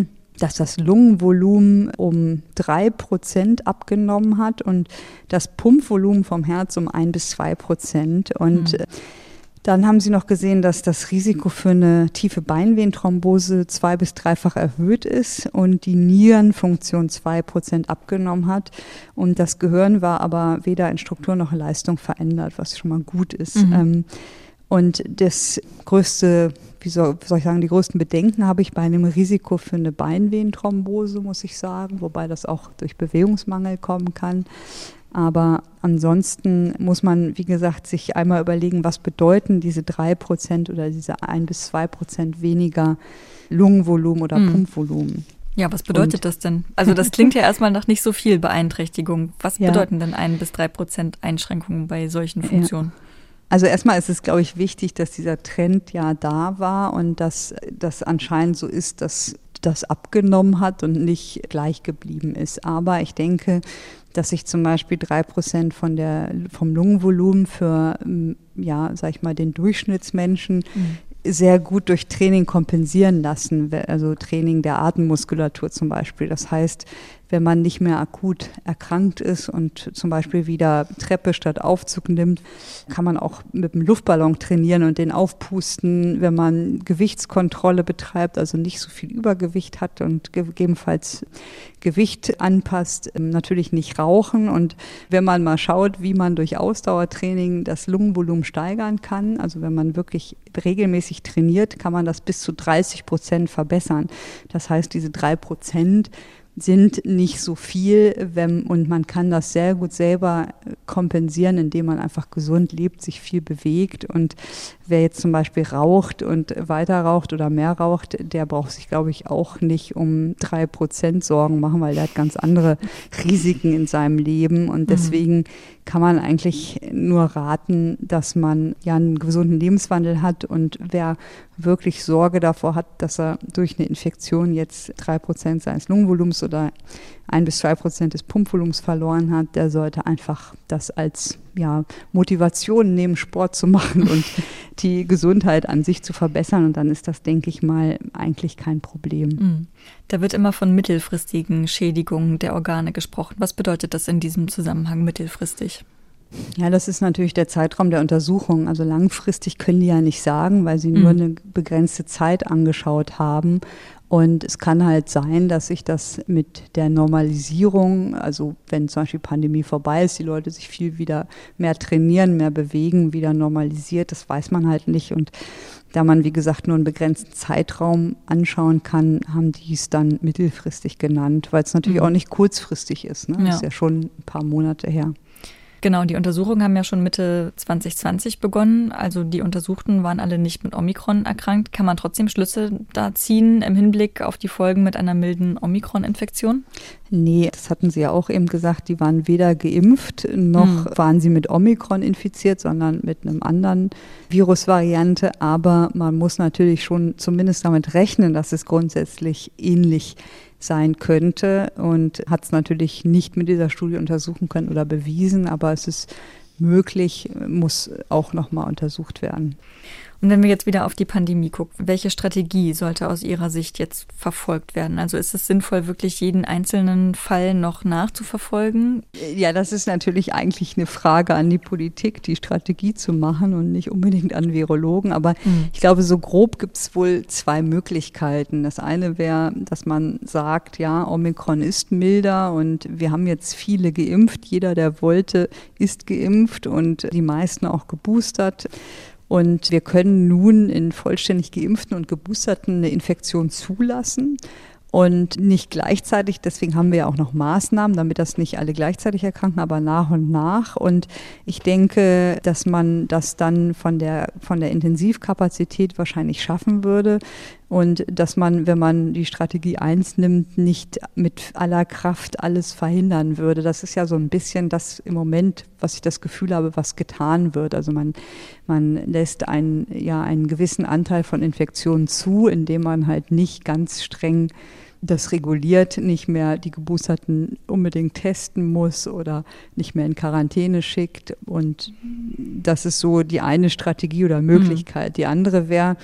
Speaker 3: dass das Lungenvolumen um drei Prozent abgenommen hat und das Pumpvolumen vom Herz um ein bis zwei Prozent. Und mhm. dann haben sie noch gesehen, dass das Risiko für eine tiefe Beinvenenthrombose zwei- bis dreifach erhöht ist und die Nierenfunktion zwei Prozent abgenommen hat. Und das Gehirn war aber weder in Struktur noch in Leistung verändert, was schon mal gut ist. Mhm. Und das größte, wie soll, soll ich sagen, die größten Bedenken habe ich bei einem Risiko für eine Beinvenenthrombose, muss ich sagen, wobei das auch durch Bewegungsmangel kommen kann. Aber ansonsten muss man, wie gesagt, sich einmal überlegen, was bedeuten diese drei Prozent oder diese ein bis zwei Prozent weniger Lungenvolumen oder hm. Pumpvolumen.
Speaker 2: Ja, was bedeutet Und, das denn? Also das klingt ja erstmal nach nicht so viel Beeinträchtigung. Was ja. bedeuten denn ein bis drei Prozent Einschränkungen bei solchen Funktionen? Ja.
Speaker 3: Also erstmal ist es, glaube ich, wichtig, dass dieser Trend ja da war und dass das anscheinend so ist, dass das abgenommen hat und nicht gleich geblieben ist. Aber ich denke, dass sich zum Beispiel drei Prozent von der, vom Lungenvolumen für, ja, sag ich mal, den Durchschnittsmenschen mhm. sehr gut durch Training kompensieren lassen, also Training der Atemmuskulatur zum Beispiel. Das heißt, wenn man nicht mehr akut erkrankt ist und zum Beispiel wieder Treppe statt Aufzug nimmt, kann man auch mit dem Luftballon trainieren und den aufpusten, wenn man Gewichtskontrolle betreibt, also nicht so viel Übergewicht hat und gegebenenfalls Gewicht anpasst, natürlich nicht rauchen. Und wenn man mal schaut, wie man durch Ausdauertraining das Lungenvolumen steigern kann, also wenn man wirklich regelmäßig trainiert, kann man das bis zu dreißig Prozent verbessern. Das heißt, diese drei Prozent sind nicht so viel, wenn, und man kann das sehr gut selber kompensieren, indem man einfach gesund lebt, sich viel bewegt. Und wer jetzt zum Beispiel raucht und weiter raucht oder mehr raucht, der braucht sich, glaube ich, auch nicht um drei Prozent Sorgen machen, weil der hat ganz andere Risiken in seinem Leben. Und deswegen mhm. kann man eigentlich nur raten, dass man ja einen gesunden Lebenswandel hat. Und wer wirklich Sorge davor hat, dass er durch eine Infektion jetzt drei Prozent seines Lungenvolumens oder ein bis zwei Prozent des Pumpvolumens verloren hat, der sollte einfach das als ja, Motivation nehmen, Sport zu machen und die Gesundheit an sich zu verbessern. Und dann ist das, denke ich mal, eigentlich kein Problem.
Speaker 2: Da wird immer von mittelfristigen Schädigungen der Organe gesprochen. Was bedeutet das in diesem Zusammenhang mittelfristig?
Speaker 3: Ja, das ist natürlich der Zeitraum der Untersuchung. Also langfristig können die ja nicht sagen, weil sie nur mhm. eine begrenzte Zeit angeschaut haben. Und es kann halt sein, dass sich das mit der Normalisierung, also wenn zum Beispiel Pandemie vorbei ist, die Leute sich viel wieder mehr trainieren, mehr bewegen, wieder normalisiert, das weiß man halt nicht. Und da man, wie gesagt, nur einen begrenzten Zeitraum anschauen kann, haben die es dann mittelfristig genannt, weil es natürlich mhm. auch nicht kurzfristig ist. Ne? Das ja. ist ja schon ein paar Monate her.
Speaker 2: Genau, die Untersuchungen haben ja schon Mitte zwanzig zwanzig begonnen. Also die Untersuchten waren alle nicht mit Omikron erkrankt. Kann man trotzdem Schlüsse da ziehen im Hinblick auf die Folgen mit einer milden Omikron-Infektion?
Speaker 3: Nee, das hatten Sie ja auch eben gesagt. Die waren weder geimpft, noch hm. waren sie mit Omikron infiziert, sondern mit einem anderen Virusvariante. Aber man muss natürlich schon zumindest damit rechnen, dass es grundsätzlich ähnlich sein könnte und hat es natürlich nicht mit dieser Studie untersuchen können oder bewiesen, aber es ist möglich, muss auch nochmal untersucht werden.
Speaker 2: Und wenn wir jetzt wieder auf die Pandemie gucken, welche Strategie sollte aus Ihrer Sicht jetzt verfolgt werden? Also ist es sinnvoll, wirklich jeden einzelnen Fall noch nachzuverfolgen?
Speaker 3: Ja, das ist natürlich eigentlich eine Frage an die Politik, die Strategie zu machen und nicht unbedingt an Virologen. Aber mhm. ich glaube, so grob gibt es wohl zwei Möglichkeiten. Das eine wäre, dass man sagt, ja, Omikron ist milder und wir haben jetzt viele geimpft. Jeder, der wollte, ist geimpft und die meisten auch geboostert. Und wir können nun in vollständig Geimpften und Geboosterten eine Infektion zulassen und nicht gleichzeitig. Deswegen haben wir ja auch noch Maßnahmen, damit das nicht alle gleichzeitig erkranken, aber nach und nach. Und ich denke, dass man das dann von der, von der Intensivkapazität wahrscheinlich schaffen würde. Und dass man, wenn man die Strategie eins nimmt, nicht mit aller Kraft alles verhindern würde. Das ist ja so ein bisschen das im Moment, was ich das Gefühl habe, was getan wird. Also man, man lässt einen, ja, einen gewissen Anteil von Infektionen zu, indem man halt nicht ganz streng das reguliert, nicht mehr die Geboosterten unbedingt testen muss oder nicht mehr in Quarantäne schickt. Und das ist so die eine Strategie oder Möglichkeit. Mhm. Die andere wäre,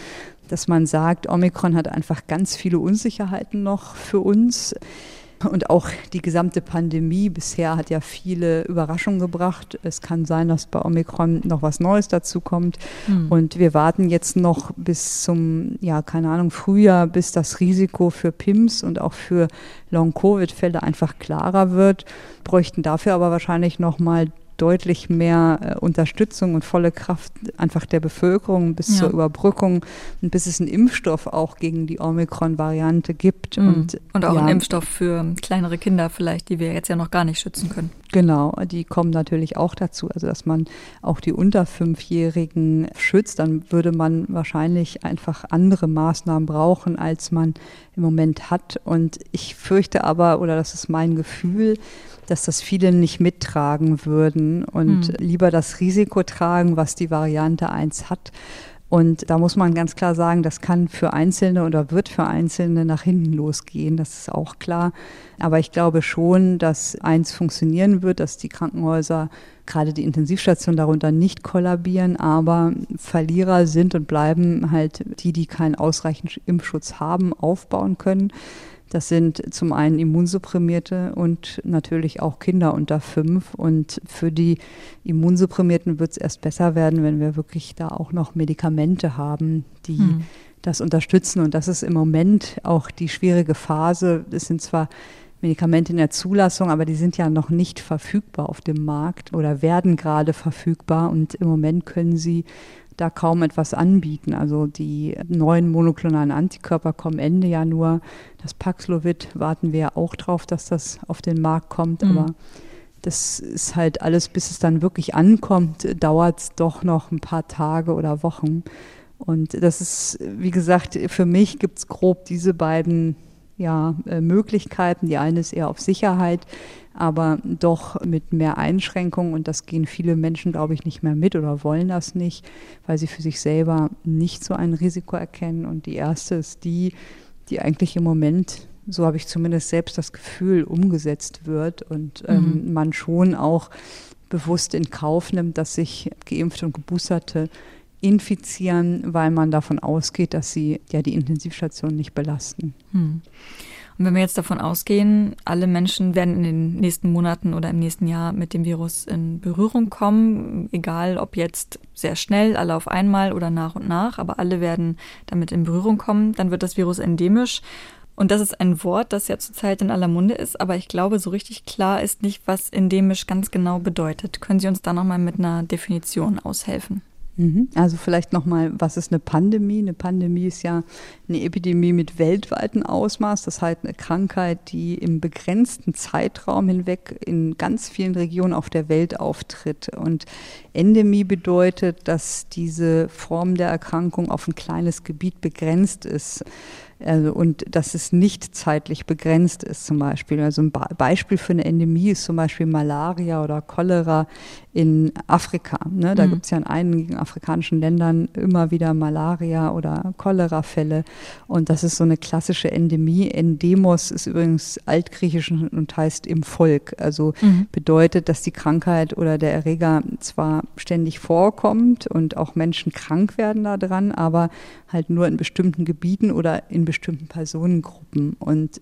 Speaker 3: dass man sagt, Omikron hat einfach ganz viele Unsicherheiten noch für uns. Und auch die gesamte Pandemie bisher hat ja viele Überraschungen gebracht. Es kann sein, dass bei Omikron noch was Neues dazu kommt. Mhm. Und wir warten jetzt noch bis zum, ja, keine Ahnung, Frühjahr, bis das Risiko für P I M S und auch für Long-Covid-Fälle einfach klarer wird. Bräuchten dafür aber wahrscheinlich noch mal deutlich mehr äh, Unterstützung und volle Kraft einfach der Bevölkerung bis ja. zur Überbrückung und bis es einen Impfstoff auch gegen die Omikron-Variante gibt.
Speaker 2: Mhm. Und, und auch ja, einen Impfstoff für kleinere Kinder vielleicht, die wir jetzt ja noch gar nicht schützen können.
Speaker 3: Genau, die kommen natürlich auch dazu, also dass man auch die unter Fünfjährigen schützt, dann würde man wahrscheinlich einfach andere Maßnahmen brauchen, als man im Moment hat. Und ich fürchte aber, oder das ist mein Gefühl, dass das viele nicht mittragen würden und hm. lieber das Risiko tragen, was die Variante eins hat. Und da muss man ganz klar sagen, das kann für Einzelne oder wird für Einzelne nach hinten losgehen, das ist auch klar. Aber ich glaube schon, dass eins funktionieren wird, dass die Krankenhäuser, gerade die Intensivstationen darunter nicht kollabieren, aber Verlierer sind und bleiben halt die, die keinen ausreichenden Impfschutz haben, aufbauen können. Das sind zum einen Immunsupprimierte und natürlich auch Kinder unter fünf. Und für die Immunsupprimierten wird es erst besser werden, wenn wir wirklich da auch noch Medikamente haben, die hm. das unterstützen. Und das ist im Moment auch die schwierige Phase. Es sind zwar Medikamente in der Zulassung, aber die sind ja noch nicht verfügbar auf dem Markt oder werden gerade verfügbar. Und im Moment können sie da kaum etwas anbieten. Also die neuen monoklonalen Antikörper kommen Ende Januar. Das Paxlovid warten wir ja auch drauf, dass das auf den Markt kommt. Mhm. Aber das ist halt alles, bis es dann wirklich ankommt, dauert es doch noch ein paar Tage oder Wochen. Und das ist, wie gesagt, für mich gibt es grob diese beiden ja, äh, Möglichkeiten. Die eine ist eher auf Sicherheit, aber doch mit mehr Einschränkungen. Und das gehen viele Menschen, glaube ich, nicht mehr mit oder wollen das nicht, weil sie für sich selber nicht so ein Risiko erkennen. Und die erste ist die, die eigentlich im Moment, so habe ich zumindest selbst das Gefühl, umgesetzt wird und ähm, mhm. man schon auch bewusst in Kauf nimmt, dass sich Geimpfte und Geboosterte infizieren, weil man davon ausgeht, dass sie ja die Intensivstation nicht belasten.
Speaker 2: Hm. Und wenn wir jetzt davon ausgehen, alle Menschen werden in den nächsten Monaten oder im nächsten Jahr mit dem Virus in Berührung kommen, egal ob jetzt sehr schnell, alle auf einmal oder nach und nach, aber alle werden damit in Berührung kommen, dann wird das Virus endemisch. Und das ist ein Wort, das ja zurzeit in aller Munde ist, aber ich glaube, so richtig klar ist nicht, was endemisch ganz genau bedeutet. Können Sie uns da nochmal mit einer Definition aushelfen?
Speaker 3: Also vielleicht nochmal, was ist eine Pandemie? Eine Pandemie ist ja eine Epidemie mit weltweitem Ausmaß. Das heißt eine Krankheit, die im begrenzten Zeitraum hinweg in ganz vielen Regionen auf der Welt auftritt. Und Endemie bedeutet, dass diese Form der Erkrankung auf ein kleines Gebiet begrenzt ist. Also, und dass es nicht zeitlich begrenzt ist zum Beispiel. Also ein Be- Beispiel für eine Endemie ist zum Beispiel Malaria oder Cholera in Afrika. Ne? Da mhm. gibt es ja in einigen afrikanischen Ländern immer wieder Malaria- oder Cholera-Fälle. Und das ist so eine klassische Endemie. Endemos ist übrigens altgriechisch und heißt im Volk. Also mhm. bedeutet, dass die Krankheit oder der Erreger zwar ständig vorkommt und auch Menschen krank werden daran, aber halt nur in bestimmten Gebieten oder in bestimmten Personengruppen. Und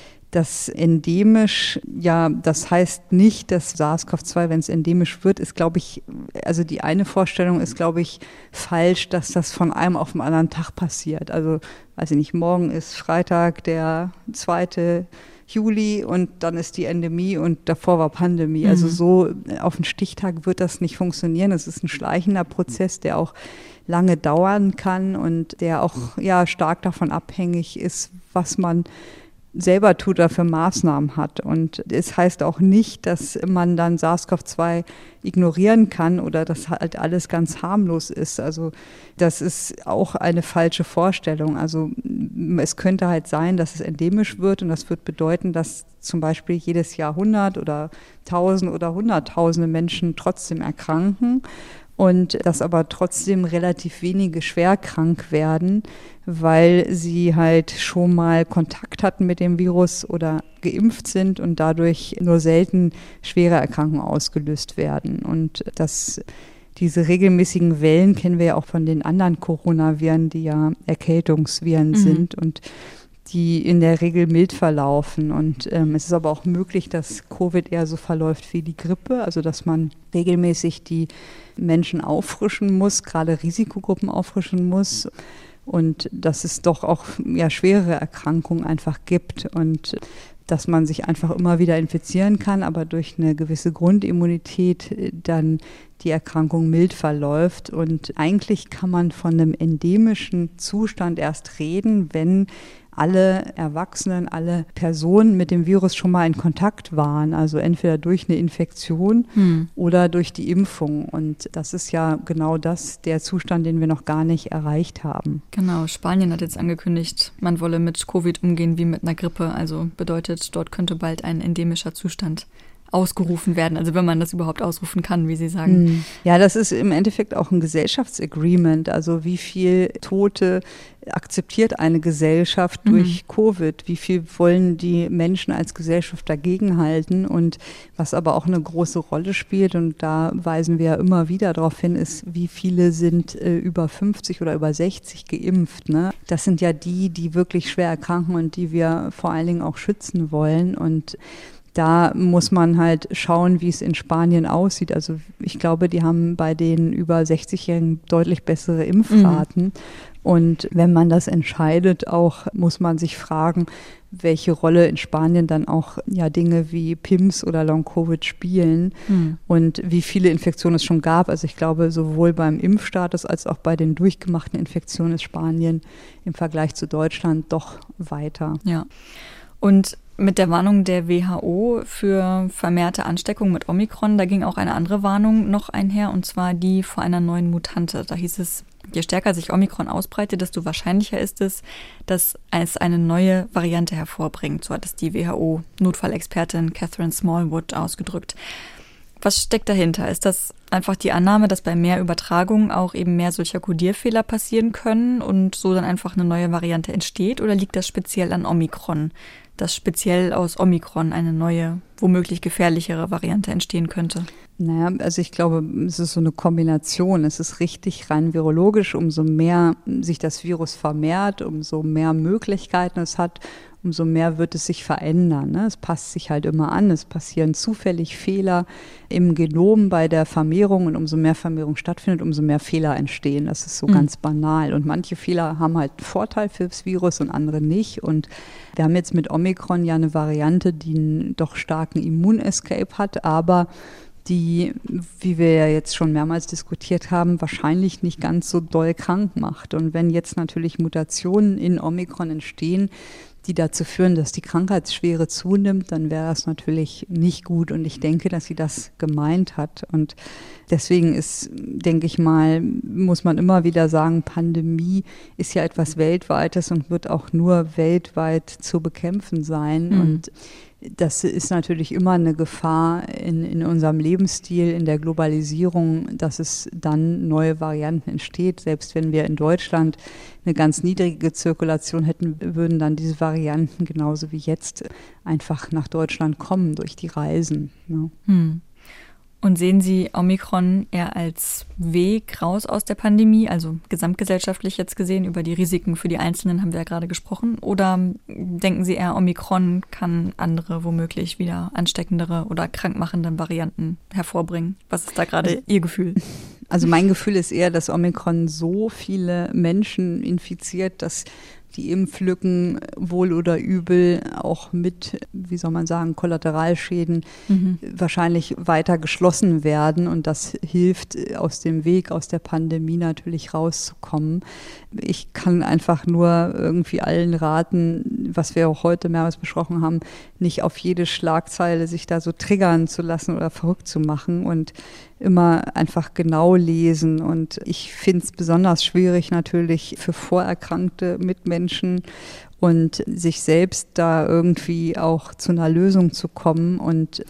Speaker 3: das endemisch, ja, das heißt nicht, dass SARS-C o V zwei, wenn es endemisch wird, ist, glaube ich, also die eine Vorstellung ist, glaube ich, falsch, dass das von einem auf den anderen Tag passiert. Also, weiß ich nicht, morgen ist Freitag, der zweite Juli und dann ist die Endemie und davor war Pandemie. Mhm. Also so auf den Stichtag wird das nicht funktionieren. Es ist ein schleichender Prozess, der auch lange dauern kann und der auch ja stark davon abhängig ist, was man selber tut oder für Maßnahmen hat. Und es heißt auch nicht, dass man dann SARS-C o V zwei ignorieren kann oder dass halt alles ganz harmlos ist. Also das ist auch eine falsche Vorstellung. Also es könnte halt sein, dass es endemisch wird und das wird bedeuten, dass zum Beispiel jedes Jahr hundert oder tausend oder hunderttausende Menschen trotzdem erkranken. Und dass aber trotzdem relativ wenige schwer krank werden, weil sie halt schon mal Kontakt hatten mit dem Virus oder geimpft sind und dadurch nur selten schwere Erkrankungen ausgelöst werden. Und dass diese regelmäßigen Wellen kennen wir ja auch von den anderen Coronaviren, die ja Erkältungsviren mhm. sind und die in der Regel mild verlaufen. Und ähm, es ist aber auch möglich, dass Covid eher so verläuft wie die Grippe, also dass man regelmäßig die Menschen auffrischen muss, gerade Risikogruppen auffrischen muss und dass es doch auch ja, schwere Erkrankungen einfach gibt und dass man sich einfach immer wieder infizieren kann, aber durch eine gewisse Grundimmunität dann die Erkrankung mild verläuft. Und eigentlich kann man von einem endemischen Zustand erst reden, wenn alle Erwachsenen, alle Personen mit dem Virus schon mal in Kontakt waren, also entweder durch eine Infektion hm. oder durch die Impfung. Und das ist ja genau das, der Zustand, den wir noch gar nicht erreicht haben.
Speaker 2: Genau, Spanien hat jetzt angekündigt, man wolle mit Covid umgehen wie mit einer Grippe. Also bedeutet, dort könnte bald ein endemischer Zustand ausgerufen werden, also wenn man das überhaupt ausrufen kann, wie Sie sagen.
Speaker 3: Ja, das ist im Endeffekt auch ein Gesellschaftsagreement, also wie viel Tote akzeptiert eine Gesellschaft durch mhm. Covid, wie viel wollen die Menschen als Gesellschaft dagegenhalten und was aber auch eine große Rolle spielt und da weisen wir ja immer wieder darauf hin, ist, wie viele sind äh, über fünfzig oder über sechzig geimpft, ne? Das sind ja die, die wirklich schwer erkranken und die wir vor allen Dingen auch schützen wollen und da muss man halt schauen, wie es in Spanien aussieht. Also ich glaube, die haben bei den über sechzigjährigen deutlich bessere Impfraten. Mhm. Und wenn man das entscheidet, auch muss man sich fragen, welche Rolle in Spanien dann auch ja Dinge wie P I M S oder Long-Covid spielen mhm. und wie viele Infektionen es schon gab. Also ich glaube, sowohl beim Impfstatus als auch bei den durchgemachten Infektionen ist Spanien im Vergleich zu Deutschland doch weiter.
Speaker 2: Ja, und mit der Warnung der W H O für vermehrte Ansteckung mit Omikron, da ging auch eine andere Warnung noch einher, und zwar die vor einer neuen Mutante. Da hieß es, je stärker sich Omikron ausbreitet, desto wahrscheinlicher ist es, dass es eine neue Variante hervorbringt. So hat es die W H O-Notfallexpertin Catherine Smallwood ausgedrückt. Was steckt dahinter? Ist das einfach die Annahme, dass bei mehr Übertragungen auch eben mehr solcher Codierfehler passieren können und so dann einfach eine neue Variante entsteht? Oder liegt das speziell an Omikron, dass speziell aus Omikron eine neue, womöglich gefährlichere Variante entstehen könnte?
Speaker 3: Naja, also ich glaube, es ist so eine Kombination. Es ist richtig rein virologisch, umso mehr sich das Virus vermehrt, umso mehr Möglichkeiten es hat, umso mehr wird es sich verändern. Ne? Es passt sich halt immer an. Es passieren zufällig Fehler im Genom bei der Vermehrung und umso mehr Vermehrung stattfindet, umso mehr Fehler entstehen. Das ist so mhm. ganz banal. Und manche Fehler haben halt einen Vorteil fürs Virus und andere nicht. Und wir haben jetzt mit Omikron ja eine Variante, die einen doch starken Immunescape hat, aber die, wie wir ja jetzt schon mehrmals diskutiert haben, wahrscheinlich nicht ganz so doll krank macht. Und wenn jetzt natürlich Mutationen in Omikron entstehen, die dazu führen, dass die Krankheitsschwere zunimmt, dann wäre das natürlich nicht gut. Und ich denke, dass sie das gemeint hat. Und deswegen ist, denke ich mal, muss man immer wieder sagen, Pandemie ist ja etwas Weltweites und wird auch nur weltweit zu bekämpfen sein. Mhm. Und das ist natürlich immer eine Gefahr in, in unserem Lebensstil, in der Globalisierung, dass es dann neue Varianten entsteht. Selbst wenn wir in Deutschland eine ganz niedrige Zirkulation hätten, würden dann diese Varianten genauso wie jetzt einfach nach Deutschland kommen durch die Reisen. Ja.
Speaker 2: Hm. Und sehen Sie Omikron eher als Weg raus aus der Pandemie, also gesamtgesellschaftlich jetzt gesehen, über die Risiken für die Einzelnen haben wir ja gerade gesprochen, oder denken Sie eher, Omikron kann andere, womöglich wieder ansteckendere oder krankmachende Varianten hervorbringen? Was ist da gerade also, Ihr Gefühl?
Speaker 3: Also mein Gefühl ist eher, dass Omikron so viele Menschen infiziert, dass die Impflücken wohl oder übel auch mit, wie soll man sagen, Kollateralschäden mhm. wahrscheinlich weiter geschlossen werden. Und das hilft, aus dem Weg, aus der Pandemie natürlich rauszukommen. Ich kann einfach nur irgendwie allen raten, was wir auch heute mehrmals besprochen haben, nicht auf jede Schlagzeile sich da so triggern zu lassen oder verrückt zu machen und immer einfach genau lesen. Und ich finde es besonders schwierig natürlich für vorerkrankte Mitmenschen und sich selbst da irgendwie auch zu einer Lösung zu kommen. Und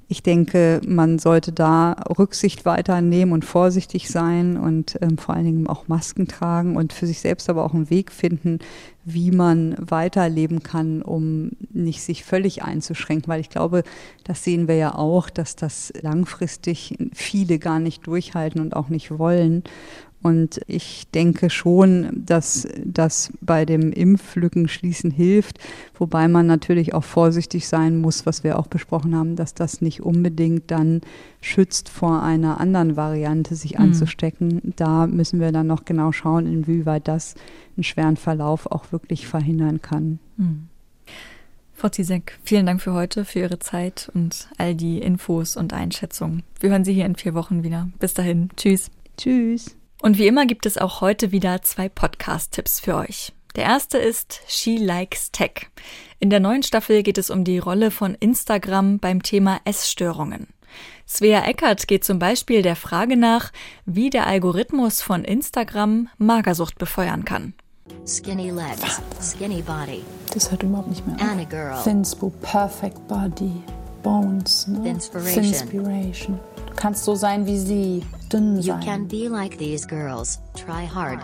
Speaker 3: Ich denke, man sollte da Rücksicht weiter nehmen und vorsichtig sein und ähm, vor allen Dingen auch Masken tragen und für sich selbst aber auch einen Weg finden, wie man weiterleben kann, um nicht sich völlig einzuschränken. Weil ich glaube, das sehen wir ja auch, dass das langfristig viele gar nicht durchhalten und auch nicht wollen. Und ich denke schon, dass das bei dem Impflücken schließen hilft, wobei man natürlich auch vorsichtig sein muss, was wir auch besprochen haben, dass das nicht unbedingt dann schützt vor einer anderen Variante, sich anzustecken. Mhm. Da müssen wir dann noch genau schauen, inwieweit das einen schweren Verlauf auch wirklich verhindern kann.
Speaker 2: Mhm. Frau Ziesek, vielen Dank für heute, für Ihre Zeit und all die Infos und Einschätzungen. Wir hören Sie hier in vier Wochen wieder. Bis dahin. Tschüss.
Speaker 3: Tschüss.
Speaker 2: Und wie immer gibt es auch heute wieder zwei Podcast-Tipps für euch. Der erste ist She Likes Tech. In der neuen Staffel geht es um die Rolle von Instagram beim Thema Essstörungen. Svea Eckert geht zum Beispiel der Frage nach, wie der Algorithmus von Instagram Magersucht befeuern kann.
Speaker 4: Skinny legs, skinny body.
Speaker 5: Das hört überhaupt nicht mehr auf.
Speaker 4: And a girl.
Speaker 5: Thinspo, perfect body, bones, ne?
Speaker 4: Thinspiration.
Speaker 5: Thinspiration. Du kannst so sein wie sie, dünn sein.
Speaker 4: You can be like these girls. Try hard.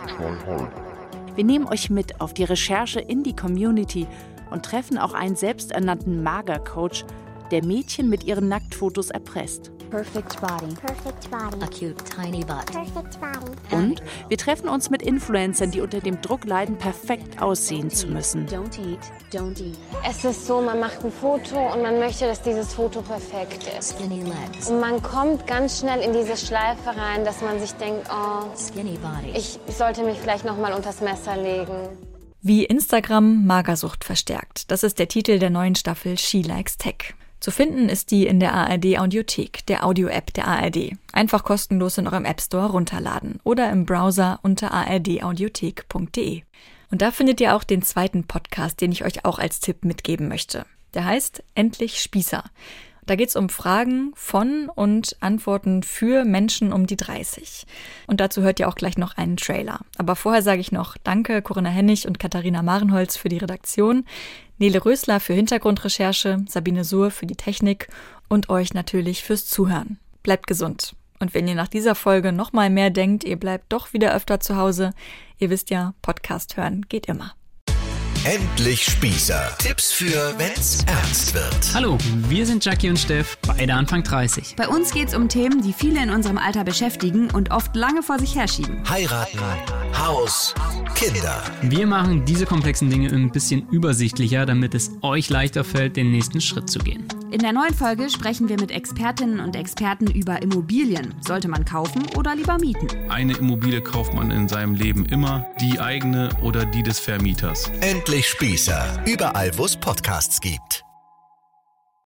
Speaker 6: Wir nehmen euch mit auf die Recherche in die Community und treffen auch einen selbsternannten Magercoach, der Mädchen mit ihren Nacktfotos erpresst.
Speaker 7: Perfect body. Perfect body.
Speaker 4: A cute tiny butt.
Speaker 7: Perfect body.
Speaker 6: Und wir treffen uns mit Influencern, die unter dem Druck leiden, perfekt aussehen zu müssen.
Speaker 4: Don't eat, don't eat.
Speaker 8: Es ist so, man macht ein Foto und man möchte, dass dieses Foto perfekt ist.
Speaker 4: Skinny legs.
Speaker 8: Und man kommt ganz schnell in diese Schleife rein, dass man sich denkt, oh,
Speaker 4: Skinny body.
Speaker 8: ich sollte mich vielleicht noch mal unters Messer legen.
Speaker 2: Wie Instagram Magersucht verstärkt. Das ist der Titel der neuen Staffel She Likes Tech. Zu finden ist die in der A R D-Audiothek, der Audio-App der A R D. Einfach kostenlos in eurem App Store runterladen oder im Browser unter a r d audiothek punkt d e. Und da findet ihr auch den zweiten Podcast, den ich euch auch als Tipp mitgeben möchte. Der heißt Endlich Spießer. Da geht's um Fragen von und Antworten für Menschen um die dreißig. Und dazu hört ihr auch gleich noch einen Trailer. Aber vorher sage ich noch Danke Corinna Hennig und Katharina Marenholz für die Redaktion, Nele Rösler für Hintergrundrecherche, Sabine Suhr für die Technik und euch natürlich fürs Zuhören. Bleibt gesund. Und wenn ihr nach dieser Folge noch mal mehr denkt, ihr bleibt doch wieder öfter zu Hause, ihr wisst ja, Podcast hören geht immer.
Speaker 9: Endlich Spießer. Tipps für, wenn's ernst wird.
Speaker 10: Hallo, wir sind Jackie und Steff, beide Anfang dreißig.
Speaker 11: Bei uns geht's um Themen, die viele in unserem Alter beschäftigen und oft lange vor sich herschieben.
Speaker 9: Heiraten, Haus, Kinder.
Speaker 10: Wir machen diese komplexen Dinge ein bisschen übersichtlicher, damit es euch leichter fällt, den nächsten Schritt zu gehen.
Speaker 11: In der neuen Folge sprechen wir mit Expertinnen und Experten über Immobilien. Sollte man kaufen oder lieber mieten?
Speaker 12: Eine Immobilie kauft man in seinem Leben immer, die eigene oder die des Vermieters.
Speaker 9: Endlich Spießer. Überall, wo es Podcasts gibt.